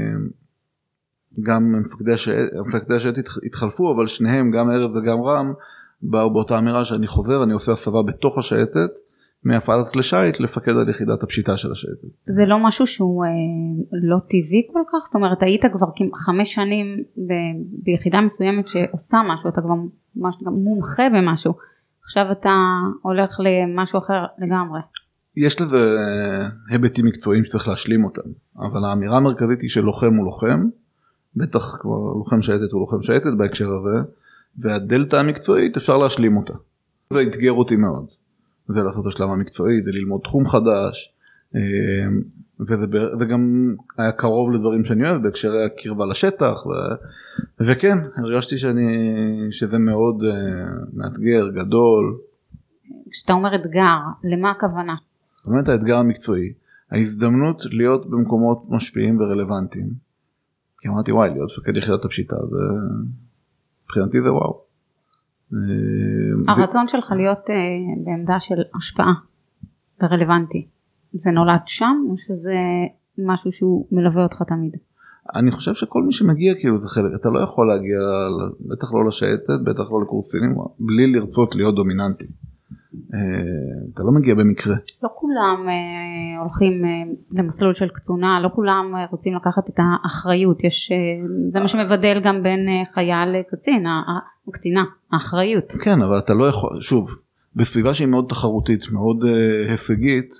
גם מפקדי השייטת התחלפו, אבל שניהם, גם ערב וגם רם, באו באותה אמירה שאני חוזר, אני עושה הסבה בתוך השייטת, מהפעלת כלי שיט לפקד על יחידת הפשיטה של השייטת. זה לא משהו שהוא אה, לא טבעי כל כך? זאת אומרת, היית כבר חמש שנים ב, ביחידה מסוימת שעושה משהו, אתה כבר ממש, גם מומחה במשהו, עכשיו אתה הולך למשהו אחר לגמרי. יש לזה היבטים מקצועיים שצריך להשלים אותם, אבל האמירה המרכזית היא שלוחם הוא לוחם, בטח כבר לוחם שייטת הוא לוחם שייטת בהקשר הזה, והדלתא המקצועית אפשר להשלים אותה. זה התגר אותי מאוד. זה לעשות השלב המקצועי, זה ללמוד תחום חדש, וזה, וגם היה קרוב לדברים שאני אוהב, בהקשרי הקרבה לשטח, ו, וכן, הרגשתי שאני, שזה מאוד מאתגר, גדול. כשאתה אומר אתגר, למה הכוונה? זאת אומרת, האתגר המקצועי, ההזדמנות להיות במקומות משפיעים ורלוונטיים, כי אמרתי, וואי, להיות פקד יחידת הפשיטה, ובחינתי זה וואו. הרצון שלך להיות בעמדה של השפעה ורלוונטי, זה נולד שם או שזה משהו שהוא מלווה אותך תמיד? אני חושב שכל מי שמגיע כאילו זה חלק, אתה לא יכול להגיע, בטח לא לשייטת, בטח לא לקורסינים, בלי לרצות להיות דומיננטי. אתה לא מגיע במקרה. לא כולם הולכים למסלול של קצונה, לא כולם רוצים לקחת את האחריות, יש, זה מה שמבדל גם בין חייל לקצין, הקצינה, האחריות. כן, אבל אתה לא יכול, שוב, בסביבה שהיא מאוד תחרותית, מאוד הישגית,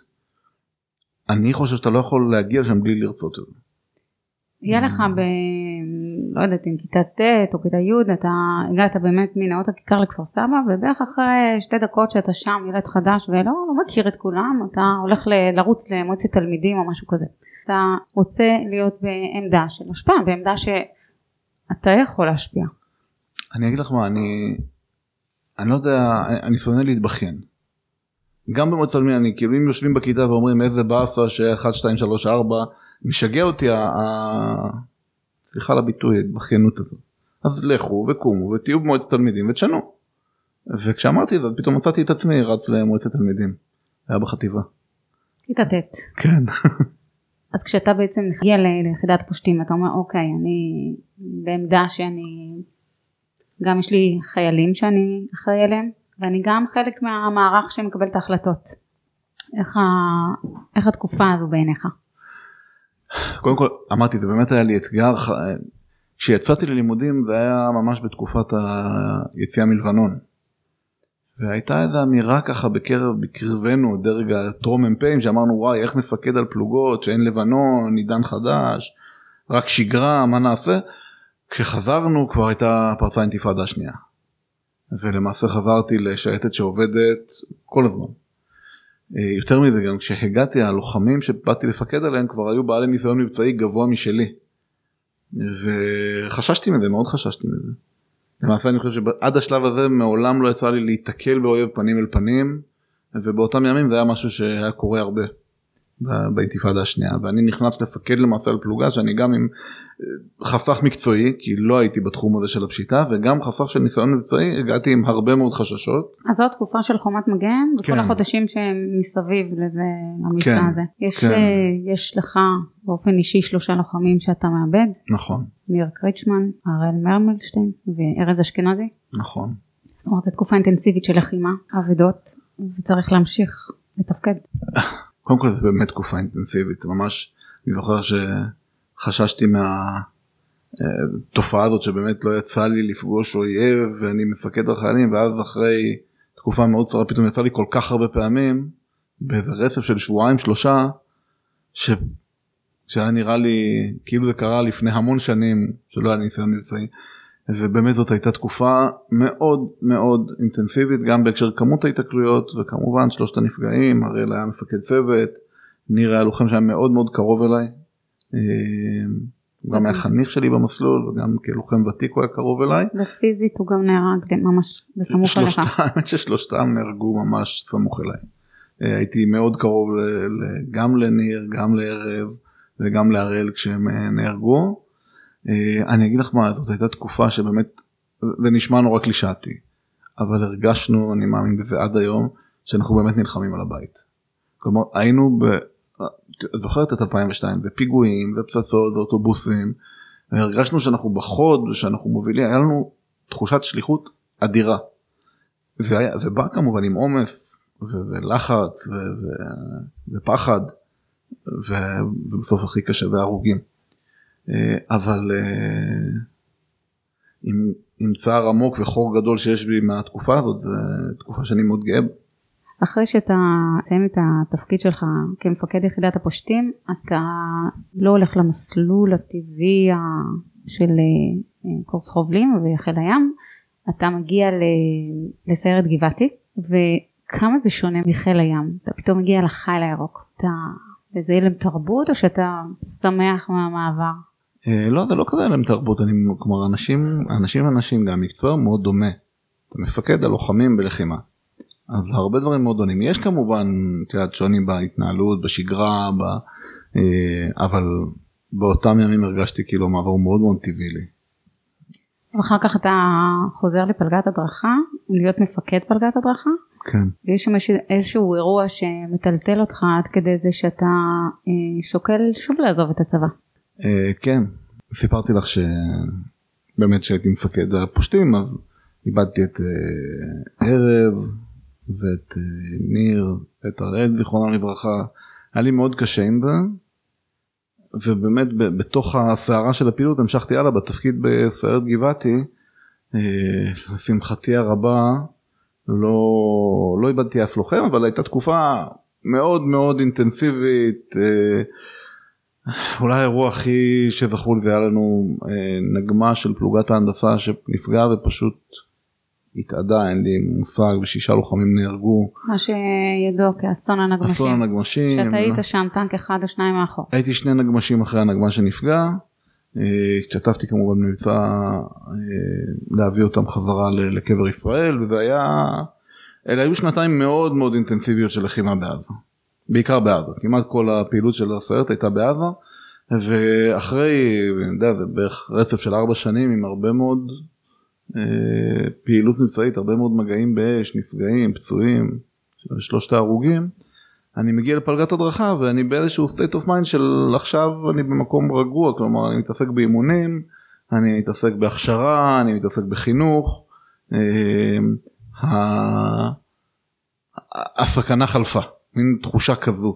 אני חושב שאתה לא יכול להגיע שם בלי לרצות את זה. יהיה לך ב... לא יודעת, עם כיתה ט' או כיתה י', אתה הגעת באמת מנאות הכיכר לכפר סבא, ובערך אחרי שתי דקות שאתה שם, ילד חדש ולא לא מכיר את כולם, אתה הולך ל... לרוץ למועצת תלמידים או משהו כזה. אתה רוצה להיות בעמדה של השפעה, בעמדה שאתה יכול להשפיע. אני אגיד לך מה, אני, אני לא יודע, אני שונא להתבחין. גם במועצת תלמידים, אני כאילו אם יושבים בכיתה ואומרים איזה באסה ש-אחת, שתיים, שלוש, ארבע, משגע אותי, סליחה לביטוי, התבחיינות הזאת. אז לכו וקומו ותהיו במועצת תלמידים ותשנו. וכשאמרתי את זה, פתאום מצאתי את עצמי, רץ למועצת תלמידים. היה בחטיבה. כיתה ט'. כן. אז כשאתה בעצם נגיע ליחידת פושטים, אתה אומר, אוקיי, אני בעמדה שאני, גם יש לי חיילים שאני אחראי אליהם, ואני גם חלק מהמערך שמקבל את ההחלטות. איך, ה... איך התקופה הזו בעיניך? קודם כל, אמרתי, זה באמת היה לי אתגר, כשיצאתי ללימודים זה היה ממש בתקופת היציאה מלבנון, והייתה איזו אמירה ככה בקרב, בקרבנו, דרג הטרום מ"פים, שאמרנו וואי, איך נפקד על פלוגות, שאין לבנון, עידן חדש, רק שגרה, מה נעשה? כשחזרנו כבר הייתה פרצה אינתיפאדה שנייה, ולמעשה חזרתי לשייטת שעובדת כל הזמן. יותר מזה גם כשהגעתי הלוחמים שבאתי לפקד עליהם כבר היו בעלי ניסיון מבצעי גבוה משלי, וחששתי מזה, מאוד חששתי מזה. למעשה אני חושב שעד השלב הזה מעולם לא יצא לי להתקל באויב פנים אל פנים, ובאותם ימים זה היה משהו שהיה קורה הרבה באינתיפאדה השנייה, ואני נכנס לפקד למעשה על פלוגה שאני גם עם חסך מקצועי, כי לא הייתי בתחום הזה של הפשיטה, וגם חסך של ניסיון מבצעי, הגעתי עם הרבה מאוד חששות. אז זו תקופה של חומת מגן, וכל כן. החודשים שמסביב לזה, המבצע כן, הזה. יש, כן. יש לך באופן אישי שלושה לוחמים שאתה מאבד. נכון. ניר קריצ'מן, הראל מרמלשטיין, וארז אשכנזי. נכון. זאת אומרת, תקופה אינטנסיבית של לחימה, עבדות, וצריך להמשיך לתפקד. קודם כל זה באמת תקופה אינטנסיבית, ממש אני זוכר שחששתי מהתופעה הזאת שבאמת לא יצא לי לפגוש אויב ואני מפקד על חיילים, ואז אחרי תקופה מאוד צרה פתאום יצא לי כל כך הרבה פעמים, באיזה רצף של שבועיים שלושה, ש... שהיה נראה לי כאילו זה קרה לפני המון שנים שלא היה ניסיון מבצעי, ובאמת זאת הייתה תקופה מאוד מאוד אינטנסיבית, גם בהקשר כמות ההתקלויות, וכמובן שלושת הנפגעים, הראל היה מפקד צוות, ניר היה לוחם שהיה מאוד מאוד קרוב אליי, גם היה חניך שלי במסלול, וגם כלוחם ותיק הוא היה קרוב אליי. ופיזית הוא גם נהרג ממש בסמוך אליך. האמת ששלושתם נהרגו ממש סמוך אליי. הייתי מאוד קרוב גם לניר, גם לארז, וגם להראל כשהם נהרגו. אני אגיד לך מה, זאת הייתה תקופה שבאמת, זה נשמע נורא קלישאתי, אבל הרגשנו, אני מאמין בזה עד היום, שאנחנו באמת נלחמים על הבית. כלומר, היינו ב... זוכרת את אלפיים ושתיים, זה פיגועים, זה פצצות, זה אוטובוסים, והרגשנו שאנחנו בחוד, שאנחנו מובילים, היה לנו תחושת שליחות אדירה. זה, היה, זה בא כמובן עם עומס, ו- ולחץ, ו- ו- ופחד, ו- ובסוף הכי קשה זה הרוגים. אבל עם, עם צער עמוק וחור גדול שיש בי מהתקופה הזאת, זו תקופה שאני מאוד גאה. אחרי שאתה תסיים את התפקיד שלך כמפקד יחידת הפושטים, אתה לא הולך למסלול הטבעי של קורס חובלים וחיל הים, אתה מגיע לסיירת גבעתי, וכמה זה שונה מחיל הים? אתה פתאום מגיע לחיל הירוק, אתה איזה הלם תרבות או שאתה שמח מהמעבר? לא, זה לא כזה הלם תרבות, אני, כלומר, אנשים, אנשים אנשים גם מקצוע מאוד דומה. אתה מפקד הלוחמים בלחימה. אז הרבה דברים מאוד דומים. יש כמובן, תיעד שונים בהתנהלות, בשגרה, ב, אבל באותם ימים הרגשתי כאילו מעבר מאוד מאוד טבעי לי. ואחר כך אתה חוזר לפלגת הדרכה, להיות מפקד פלגת הדרכה? כן. ויש שם איזשהו אירוע שמטלטל אותך עד כדי זה שאתה שוקל שוב לעזוב את הצבא. כן, סיפרתי לך שבאמת שהייתי מפקד הפושטים, אז איבדתי את ארז ואת ניר ואת הראל זיכרונם לברכה. היה לי מאוד קשה עם זה, ובאמת בתוך הסערה של הפעילות המשכתי הלאה בתפקיד בסיירת גבעתי. לשמחתי הרבה לא, לא איבדתי אף לוחם, אבל הייתה תקופה מאוד מאוד אינטנסיבית. אולי האירוע הכי שזכור לי, היה לנו נגמה של פלוגת ההנדסה שנפגעה ופשוט התעדה, אין לי מושג, ושישה לוחמים נהרגו. מה שידוע כאסון הנגמשים. אסון הנגמשים. שאתה היית שם טנק אחד או שניים מאחור. הייתי שני נגמשים אחרי הנגמה שנפגע, השתתפתי כמובן במבצע להביא אותם חזרה לקבר ישראל, וזה היה, אלה היו שנתיים מאוד מאוד אינטנסיביות של לחימה בעזה. בעיקר בעזה, כמעט כל הפעילות של הסיירת הייתה בעזה, ואחרי, אני יודע, זה בערך רצף של ארבע שנים עם הרבה מאוד אה, פעילות מבצעית, הרבה מאוד מגעים באש, נפגעים, פצועים, שלושת ההרוגים, אני מגיע לפלגת הדרכה, ואני באיזשהו state of mind של עכשיו אני במקום רגוע, כלומר אני מתעסק באימונים, אני מתעסק בהכשרה, אני מתעסק בחינוך, אה, הסכנה חלפה. מין תחושה כזו.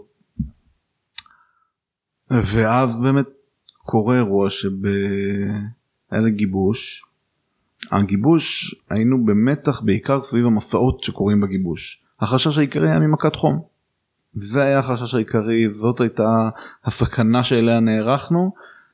ואז באמת קורה אירוע שהיה לגיבוש. הגיבוש, היינו במתח בעיקר סביב המסעות שקורים בגיבוש. החשש העיקרי היה ממכת חום. זה היה החשש העיקרי, זאת הייתה הסכנה שאליה נערכנו.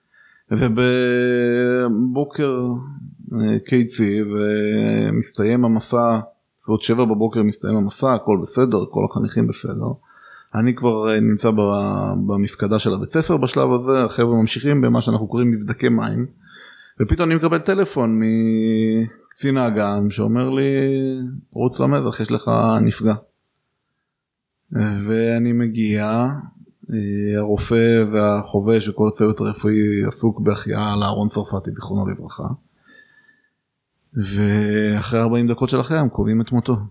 ובבוקר קיצי ומסתיים המסע, בסביבות שבע בבוקר מסתיים המסע, הכל בסדר, כל החניכים בסדר. אני כבר נמצא במפקדה של הבית ספר בשלב הזה, החבר'ה ממשיכים במה שאנחנו קוראים מבדקי מים, ופתאום אני מקבל טלפון מקצין האג"ם שאומר לי, רוץ למזח, יש לך נפגע. ואני מגיע, הרופא והחובש וכל הצוות הרפואי עסוק בהחייאה על אהרון צרפתי, זיכרונו לברכה. ואחרי ארבעים דקות של החיים קובעים את מותו.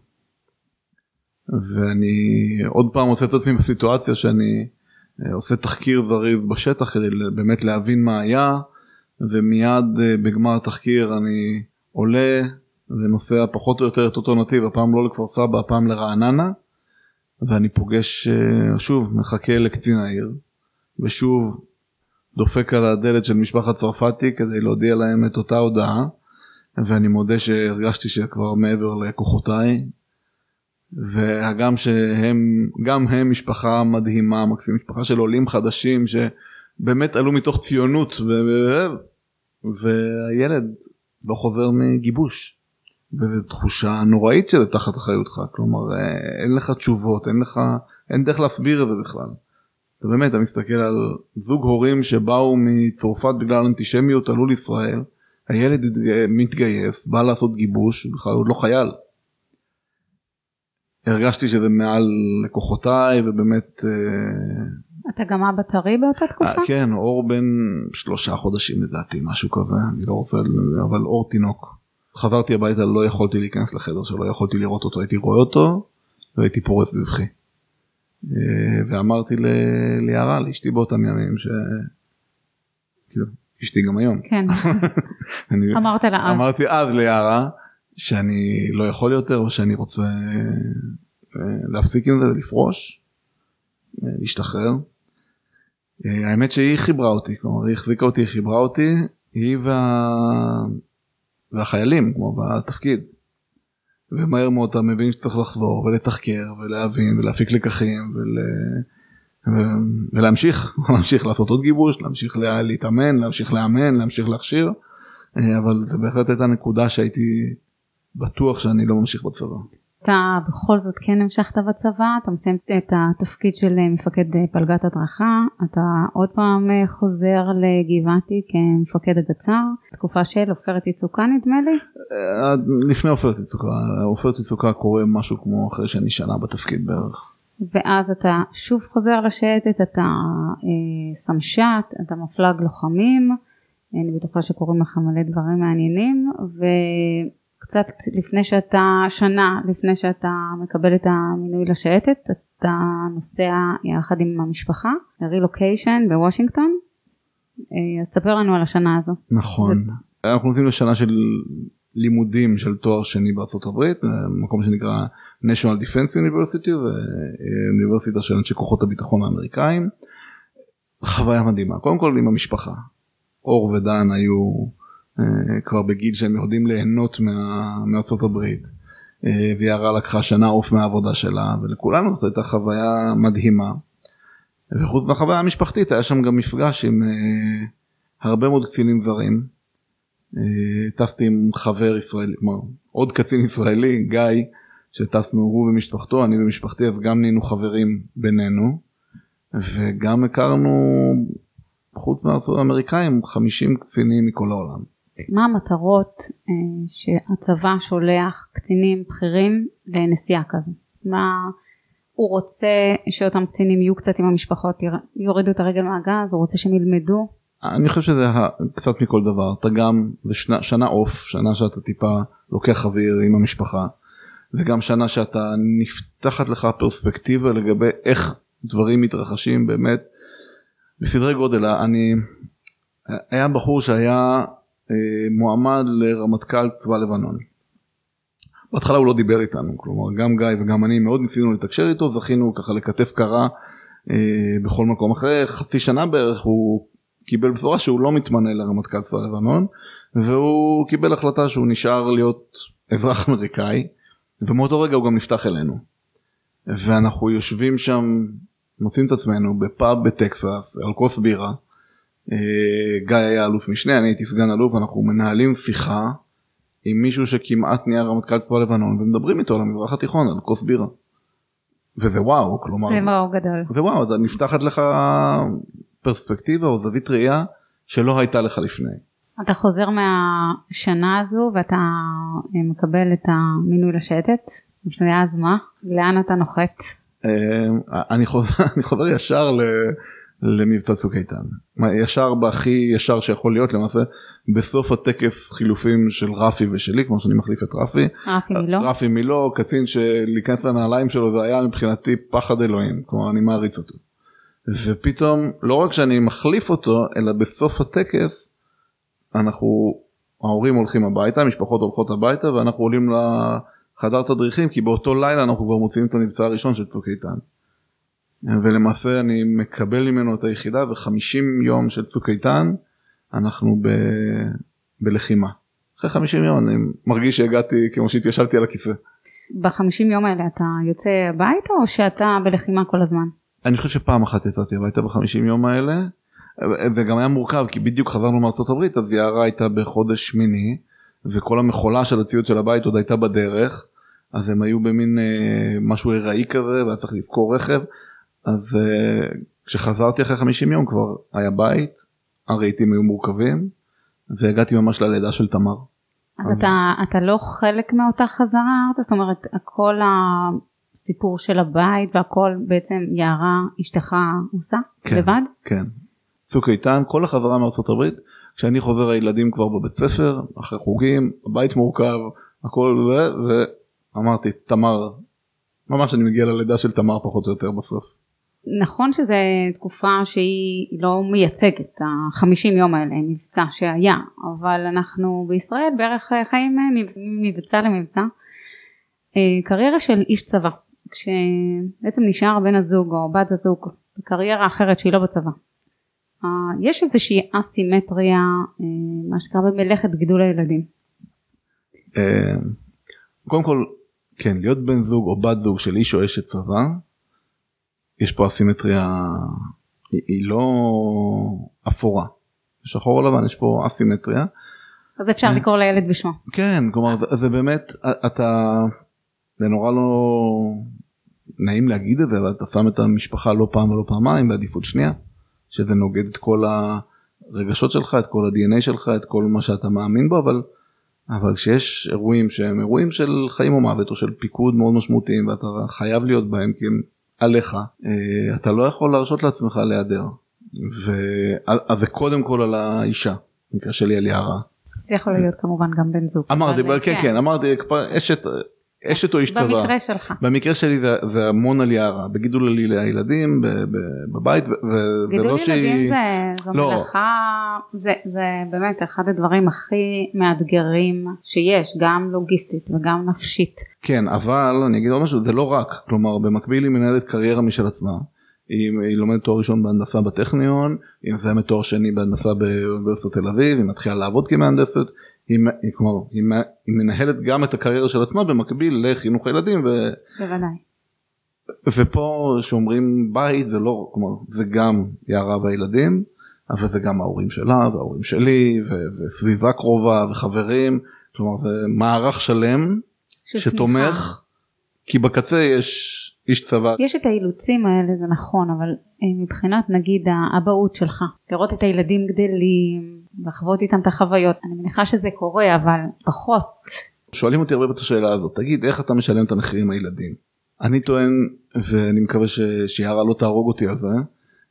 ואני עוד פעם עושה את עצמי בסיטואציה שאני עושה תחקיר זריז בשטח כדי באמת להבין מה היה, ומיד בגמר התחקיר אני עולה ונוסע פחות או יותר את אותו נתיב, הפעם לא לכפר סבא, הפעם לרעננה, ואני פוגש שוב, מחכה לקצין העיר, ושוב דופק על הדלת של משפחת צרפתי כדי להודיע להם את אותה הודעה, ואני מודה שהרגשתי שכבר מעבר לכוחותיי, וגם שהם, גם הם משפחה מדהימה, מקסים, משפחה של עולים חדשים שבאמת עלו מתוך ציונות, ו... והילד לא חוזר מגיבוש, וזו תחושה נוראית שזה תחת אחריותך, כלומר אין לך תשובות, אין לך, אין דרך להסביר את זה בכלל. אתה באמת, אתה מסתכל על זוג הורים שבאו מצרפת בגלל אנטישמיות, עלו לישראל, הילד מתגייס, בא לעשות גיבוש, בכלל עוד לא חייל. הרגשתי שזה מעל לקוחותיי, ובאמת... אתה גם אבא טרי באותה תקופה? כן, אור בן שלושה חודשים לדעתי, משהו כזה, אני לא רוצה, אבל אור תינוק. חזרתי הביתה, לא יכולתי להיכנס לחדר שלו, לא יכולתי לראות אותו, הייתי רואה אותו, והייתי פורס בבכי. ואמרתי ליערה, לאשתי באותם ימים, ש... כאילו, אשתי גם היום. כן. אמרת לה אז. אמרתי אז ליערה, שאני לא יכול יותר, או שאני רוצה להפסיק עם זה ולפרוש, להשתחרר. האמת שהיא חיברה אותי, כלומר, היא החזיקה אותי, היא חיברה אותי, היא וה... והחיילים, כמו בתפקיד. ומהר מאוד אתה מבין שצריך לחזור ולתחקר ולהבין ולהפיק לקחים ול... ו... ולהמשיך, להמשיך לעשות עוד גיבוש, להמשיך לה... להתאמן, להמשיך לאמן, להמשיך להכשיר, אבל זה בהחלט הייתה נקודה שהייתי בטוח שאני לא ממשיך בצבא. אתה בכל זאת כן המשכת בצבא, אתה מסיים את התפקיד של מפקד פלגת הדרכה, אתה עוד פעם חוזר לגבעתי כמפקד הגצ"ר, תקופה של עופרת יצוקה נדמה לי? לפני עופרת יצוקה, עופרת יצוקה קורה משהו כמו אחרי שאני שנה בתפקיד בערך. ואז אתה שוב חוזר לשייטת, אתה אה, סמש"ט, אתה מפלג לוחמים, אני בטוחה שקוראים לך מלא דברים מעניינים, ו... קצת לפני שאתה, שנה לפני שאתה מקבל את המינוי לשייטת, אתה נוסע יחד עם המשפחה, רילוקיישן בוושינגטון, אז תספר לנו על השנה הזו. נכון, זה... אנחנו נוסעים לשנה של לימודים של תואר שני בארצות הברית, מקום שנקרא National Defense University, זה אוניברסיטה של אנשי כוחות הביטחון האמריקאים, חוויה מדהימה, קודם כל עם המשפחה, אור ודן היו... כבר בגיל שהם יודעים ליהנות מארצות הברית, ויערה לקחה שנה אוף מהעבודה שלה, ולכולנו זאת הייתה חוויה מדהימה, וחוץ מהחוויה המשפחתית היה שם גם מפגש עם הרבה מאוד קצינים זרים, טסתי עם חבר ישראלי, כמו עוד קצין ישראלי, גיא, שטסנו הוא ומשפחתו, אני ומשפחתי, אז גם נהיינו חברים בינינו, וגם הכרנו חוץ מארצות האמריקאים חמישים קצינים מכל העולם. מה המטרות אה, שהצבא שולח קצינים בכירים לנסיעה כזו? מה הוא רוצה שאותם קצינים יהיו קצת עם המשפחות, יורידו את הרגל מהגז, הוא רוצה שהם ילמדו? אני חושב שזה קצת מכל דבר, אתה גם, זה שנה, שנה אוף, שנה שאתה טיפה לוקח אוויר עם המשפחה, וגם שנה שאתה נפתחת לך פרספקטיבה לגבי איך דברים מתרחשים באמת, בסדרי גודל. אני, היה בחור שהיה מועמד לרמטכ"ל צבא לבנון. בהתחלה הוא לא דיבר איתנו, כלומר גם גיא וגם אני מאוד ניסינו לתקשר איתו, זכינו ככה לכתף קרה אה, בכל מקום. אחרי חצי שנה בערך הוא קיבל בשורה שהוא לא מתמנה לרמטכ"ל צבא לבנון, והוא קיבל החלטה שהוא נשאר להיות אזרח אמריקאי, ומאותו רגע הוא גם נפתח אלינו. ואנחנו יושבים שם, מוצאים את עצמנו בפאב בטקסס, על כוס בירה, גיא היה אלוף משנה, אני הייתי סגן אלוף, אנחנו מנהלים שיחה עם מישהו שכמעט נהיה רמטכ"ל צבא לבנון, ומדברים איתו על המזרח התיכון, על כוס בירה. וזה וואו, כלומר... זה וואו גדול. זה וואו, אתה נפתחת לך פרספקטיבה או זווית ראייה שלא הייתה לך לפני. אתה חוזר מהשנה הזו, ואתה מקבל את המינוי לשייטת, אז מה? לאן אתה נוחת? אני חוזר, אני חוזר ישר ל... למבצע צוק איתן. ישר בהכי ישר שיכול להיות, למעשה בסוף הטקס חילופים של רפי ושלי, כמו שאני מחליף את רפי. רפי מילו. רפי מילו, קצין שלהיכנס לנעליים שלו, זה היה מבחינתי פחד אלוהים, כלומר אני מעריץ אותו. ופתאום, לא רק שאני מחליף אותו, אלא בסוף הטקס, אנחנו, ההורים הולכים הביתה, המשפחות הולכות הביתה, ואנחנו עולים לחדר תדריכים, כי באותו לילה אנחנו כבר מוצאים את המבצע הראשון של צוק איתן. ולמעשה אני מקבל ממנו את היחידה, וחמישים יום של צוק איתן, אנחנו ב... בלחימה. אחרי חמישים יום אני מרגיש שהגעתי כמו שהתיישבתי על הכיסא. בחמישים יום האלה אתה יוצא הביתה, או שאתה בלחימה כל הזמן? אני חושב שפעם אחת יצאתי הביתה בחמישים יום האלה, זה גם היה מורכב, כי בדיוק חזרנו מארצות הברית, אז יערה הייתה בחודש שמיני, וכל המחולה של הציוד של הבית עוד הייתה בדרך, אז הם היו במין אה, משהו הראי כזה, והיה צריך לבכור רכב, אז uh, כשחזרתי אחרי חמישים יום כבר היה בית, הרהיטים היו מורכבים, והגעתי ממש ללידה של תמר. אז, אז... אתה, אתה לא חלק מאותה חזרה, זאת אומרת, כל הסיפור של הבית והכל בעצם יערה אשתך עושה כן, לבד? כן. צוק איתן, כל החזרה מארצות הברית, כשאני חוזר הילדים כבר בבית ספר, אחרי חוגים, הבית מורכב, הכל זה, ואמרתי, תמר ממש אני מגיע ללידה של תמר פחות או יותר בסוף. נכון שזו תקופה שהיא לא מייצגת, החמישים יום האלה, מבצע שהיה, אבל אנחנו בישראל בערך חיים ממבצע למבצע. קריירה של איש צבא, כשבעצם נשאר בן הזוג או בת הזוג בקריירה אחרת שהיא לא בצבא. יש איזושהי אסימטריה, מה שקרה במלאכת גידול הילדים. קודם כל, כן, להיות בן זוג או בת זוג של איש או אשת צבא, יש פה אסימטריה, היא, היא לא אפורה. שחור או לבן, יש פה אסימטריה. אז אפשר לקרוא לילד בשמו. כן, כלומר, זה, זה באמת, אתה, זה נורא לא נעים להגיד את זה, אבל אתה שם את המשפחה לא פעם ולא פעמיים, בעדיפות שנייה, שזה נוגד את כל הרגשות שלך, את כל ה-די אן איי שלך, את כל מה שאתה מאמין בו, אבל, אבל כשיש אירועים שהם אירועים של חיים או מוות, או של פיקוד מאוד משמעותיים, ואתה חייב להיות בהם, כי הם עליך, אתה לא יכול להרשות לעצמך להיעדר. אז זה קודם כל על האישה, מקרה שלי על יערה. זה יכול להיות כמובן גם בן זוג. אמרתי, כן, כן, אמרתי, אשת, אשת או איש צבא. במקרה שלך. במקרה שלי זה, זה המון על יערה, בגידול הילדים, בבית, גידול ילדים זה, זו מלאכה, זה, זה באמת אחד הדברים הכי מאתגרים שיש, גם לוגיסטית וגם נפשית. כן, אבל אני אגיד עוד משהו, זה לא רק, כלומר, במקביל היא מנהלת קריירה משל עצמה. היא, היא לומדת תואר ראשון בהנדסה בטכניון, היא מסיימת תואר שני בהנדסה באוניברסיטת תל אביב, היא מתחילה לעבוד כמהנדסת, היא, היא, כלומר, היא, היא מנהלת גם את הקריירה של עצמה במקביל לחינוך הילדים. ו... בוודאי. ופה שאומרים בית זה לא, כלומר, זה גם יערה והילדים, אבל זה גם ההורים שלה וההורים שלי, ו- וסביבה קרובה וחברים, כלומר זה מערך שלם שתומך, כי בקצה יש איש צבא. יש את האילוצים האלה, זה נכון, אבל מבחינת נגיד האבהות שלך, לראות את הילדים גדלים, לחוות איתם את החוויות, אני מניחה שזה קורה, אבל פחות. שואלים אותי הרבה את השאלה הזאת, תגיד איך אתה משלם את המחירים הילדים? אני טוען, ואני מקווה ש- שיערה לא תהרוג אותי על זה,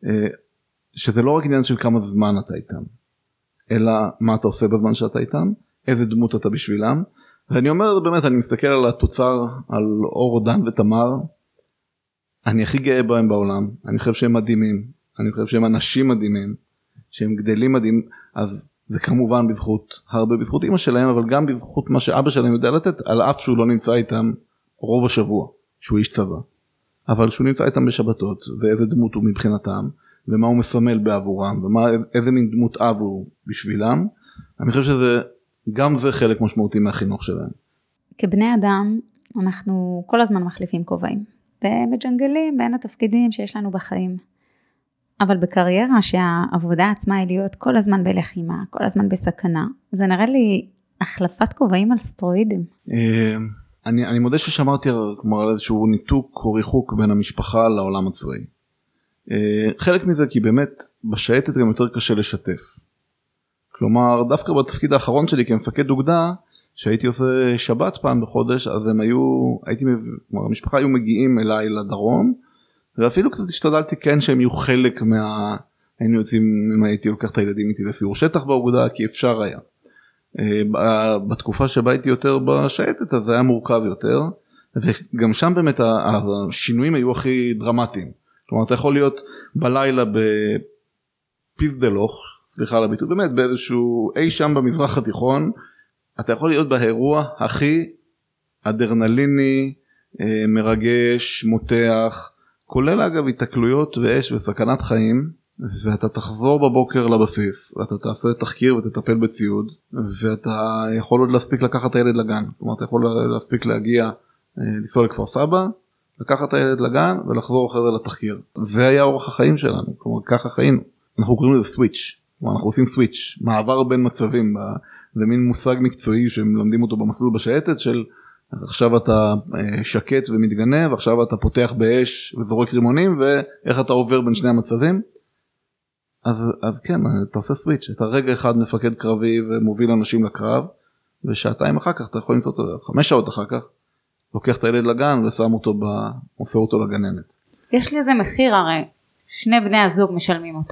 שזה לא רק עניין של כמה זמן אתה איתם, אלא מה אתה עושה בזמן שאתה איתם, איזה דמות אתה בשבילם, ואני אומר באמת, אני מסתכל על התוצר, על אור, דן ותמר, אני הכי גאה בהם בעולם, אני חושב שהם מדהימים, אני חושב שהם אנשים מדהימים, שהם גדלים מדהים, אז זה כמובן בזכות, הרבה בזכות אמא שלהם, אבל גם בזכות מה שאבא שלהם יודע לתת, על אף שהוא לא נמצא איתם רוב השבוע, שהוא איש צבא, אבל שהוא נמצא איתם בשבתות, ואיזה דמות הוא מבחינתם, ומה הוא מסמל בעבורם, ואיזה מין דמות אב הוא בשבילם, אני חושב שזה, גם זה חלק משמעותי מהחינוך שלהם. כבני אדם, אנחנו כל הזמן מחליפים כובעים, ומג'נגלים בין התפקידים שיש לנו בחיים. אבל בקריירה שהעבודה עצמה היא להיות כל הזמן בלחימה, כל הזמן בסכנה, זה נראה לי החלפת כובעים על סטרואידים. אני, אני מודה ששמרתי כלומר, על איזשהו ניתוק או ריחוק בין המשפחה לעולם הצבאי. חלק מזה כי באמת בשייטת גם יותר קשה לשתף. כלומר, דווקא בתפקיד האחרון שלי כמפקד אוגדה, שהייתי עושה שבת פעם בחודש, אז הם היו, הייתי, כלומר, המשפחה היו מגיעים אליי לדרום, ואפילו קצת השתדלתי כן שהם יהיו חלק מה, היינו יוצאים, אם הייתי לוקח את הילדים איתי לסיור שטח באוגדה, כי אפשר היה. בתקופה שבה הייתי יותר בשייטת, אז זה היה מורכב יותר, וגם שם באמת השינויים היו הכי דרמטיים. כלומר, אתה יכול להיות בלילה בפיזדלוך, סליחה על הביטוי, באמת באיזשהו אי שם במזרח התיכון, אתה יכול להיות באירוע הכי אדרנליני, מרגש, מותח, כולל אגב התקלויות ואש וסכנת חיים, ואתה תחזור בבוקר לבסיס, ואתה תעשה תחקיר ותטפל בציוד, ואתה יכול עוד להספיק לקחת את הילד לגן, כלומר אתה יכול להספיק להגיע, לנסוע לכפר סבא, לקחת את הילד לגן ולחזור אחרי זה לתחקיר. זה היה אורח החיים שלנו, כלומר ככה חיינו. אנחנו קוראים לזה סוויץ', כלומר אנחנו עושים סוויץ', מעבר בין מצבים, זה מין מושג מקצועי שמלמדים אותו במסלול בשייטת של עכשיו אתה שקט ומתגנב, עכשיו אתה פותח באש וזורק רימונים, ואיך אתה עובר בין שני המצבים. אז, אז כן, אתה עושה סוויץ', אתה רגע אחד מפקד קרבי ומוביל אנשים לקרב, ושעתיים אחר כך אתה יכול למצוא אותו, חמש שעות אחר כך, לוקח את הילד לגן ושם אותו, ב... עושה אותו לגננת. יש לזה מחיר הרי, שני בני הזוג משלמים אותו.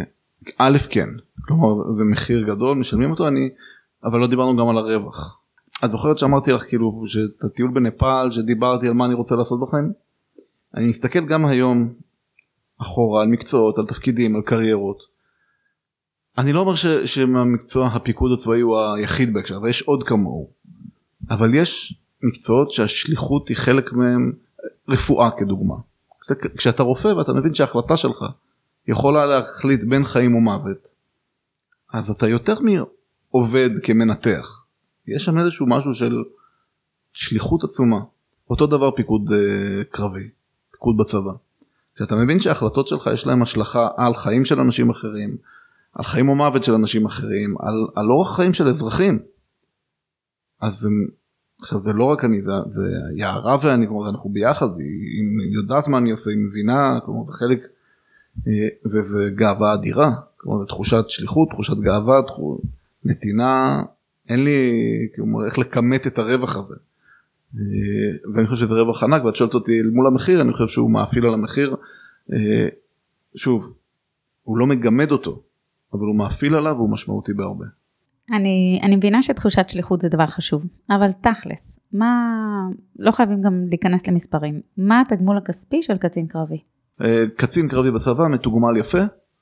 א' כן, כלומר זה מחיר גדול, משלמים אותו, אני, אבל לא דיברנו גם על הרווח. את זוכרת שאמרתי לך כאילו שאת הטיול בנפאל שדיברתי על מה אני רוצה לעשות בחיים? אני מסתכל גם היום אחורה על מקצועות, על תפקידים, על קריירות. אני לא אומר ש, שמהמקצוע הפיקוד הצבאי הוא היחיד בהקשר, ויש עוד כמוהו. אבל יש מקצועות שהשליחות היא חלק מהם, רפואה כדוגמה. כשאתה, כשאתה רופא ואתה מבין שההחלטה שלך יכולה להחליט בין חיים ומוות, אז אתה יותר מעובד כמנתח. יש שם איזשהו משהו של שליחות עצומה. אותו דבר פיקוד uh, קרבי, פיקוד בצבא. כשאתה מבין שההחלטות שלך יש להם השלכה על חיים של אנשים אחרים, על חיים ומוות של אנשים אחרים, על, על אורח חיים של אזרחים. אז עכשיו זה לא רק אני, זה, זה יערה ואני, כלומר אנחנו ביחד, היא יודעת מה אני עושה, היא מבינה, כלומר זה חלק, וזה גאווה אדירה, כלומר זה תחושת שליחות, תחושת גאווה, תחוש, נתינה, אין לי, כלומר איך לקמת את הרווח הזה. ואני חושב שזה רווח ענק, ואת שואלת אותי מול המחיר, אני חושב שהוא מאפיל על המחיר, שוב, הוא לא מגמד אותו, אבל הוא מאפיל עליו והוא משמעותי בהרבה. אני, אני מבינה שתחושת שליחות זה דבר חשוב, אבל תכלס, מה, לא חייבים גם להיכנס למספרים, מה התגמול הכספי של קצין קרבי? קצין קרבי בצבא מתוגמל יפה,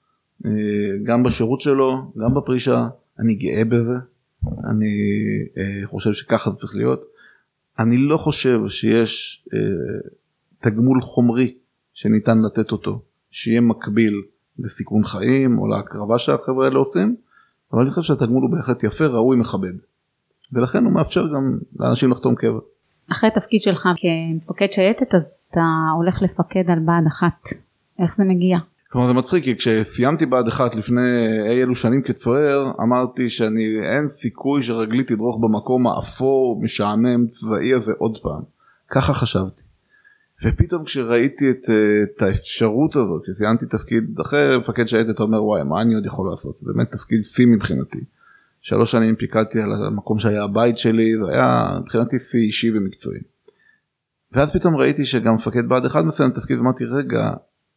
גם בשירות שלו, גם בפרישה, אני גאה בזה, אני חושב שככה זה צריך להיות, אני לא חושב שיש תגמול חומרי שניתן לתת אותו, שיהיה מקביל לסיכון חיים או להקרבה שהחבר'ה האלה עושים, אבל אני חושב שהתגמול הוא בהחלט יפה, ראוי, מכבד. ולכן הוא מאפשר גם לאנשים לחתום קבע. אחרי התפקיד שלך כמפקד שייטת, אז אתה הולך לפקד על בה"ד אחת. איך זה מגיע? כלומר זה מצחיק, כי כשסיימתי בה"ד אחת לפני אי אלו שנים כצוער, אמרתי שאני אין סיכוי שרגלי תדרוך במקום האפור, משעמם, צבאי הזה עוד פעם. ככה חשבתי. ופתאום כשראיתי את, את האפשרות הזאת, כשסיימתי תפקיד אחר, מפקד שייטת אתה אומר, וואי, מה אני עוד יכול לעשות? זה באמת תפקיד סי מבחינתי. שלוש שנים פיקדתי על המקום שהיה הבית שלי, זה היה מבחינתי סי אישי ומקצועי. ואז פתאום ראיתי שגם מפקד בה"ד אחד מסיים תפקיד, ואמרתי, רגע,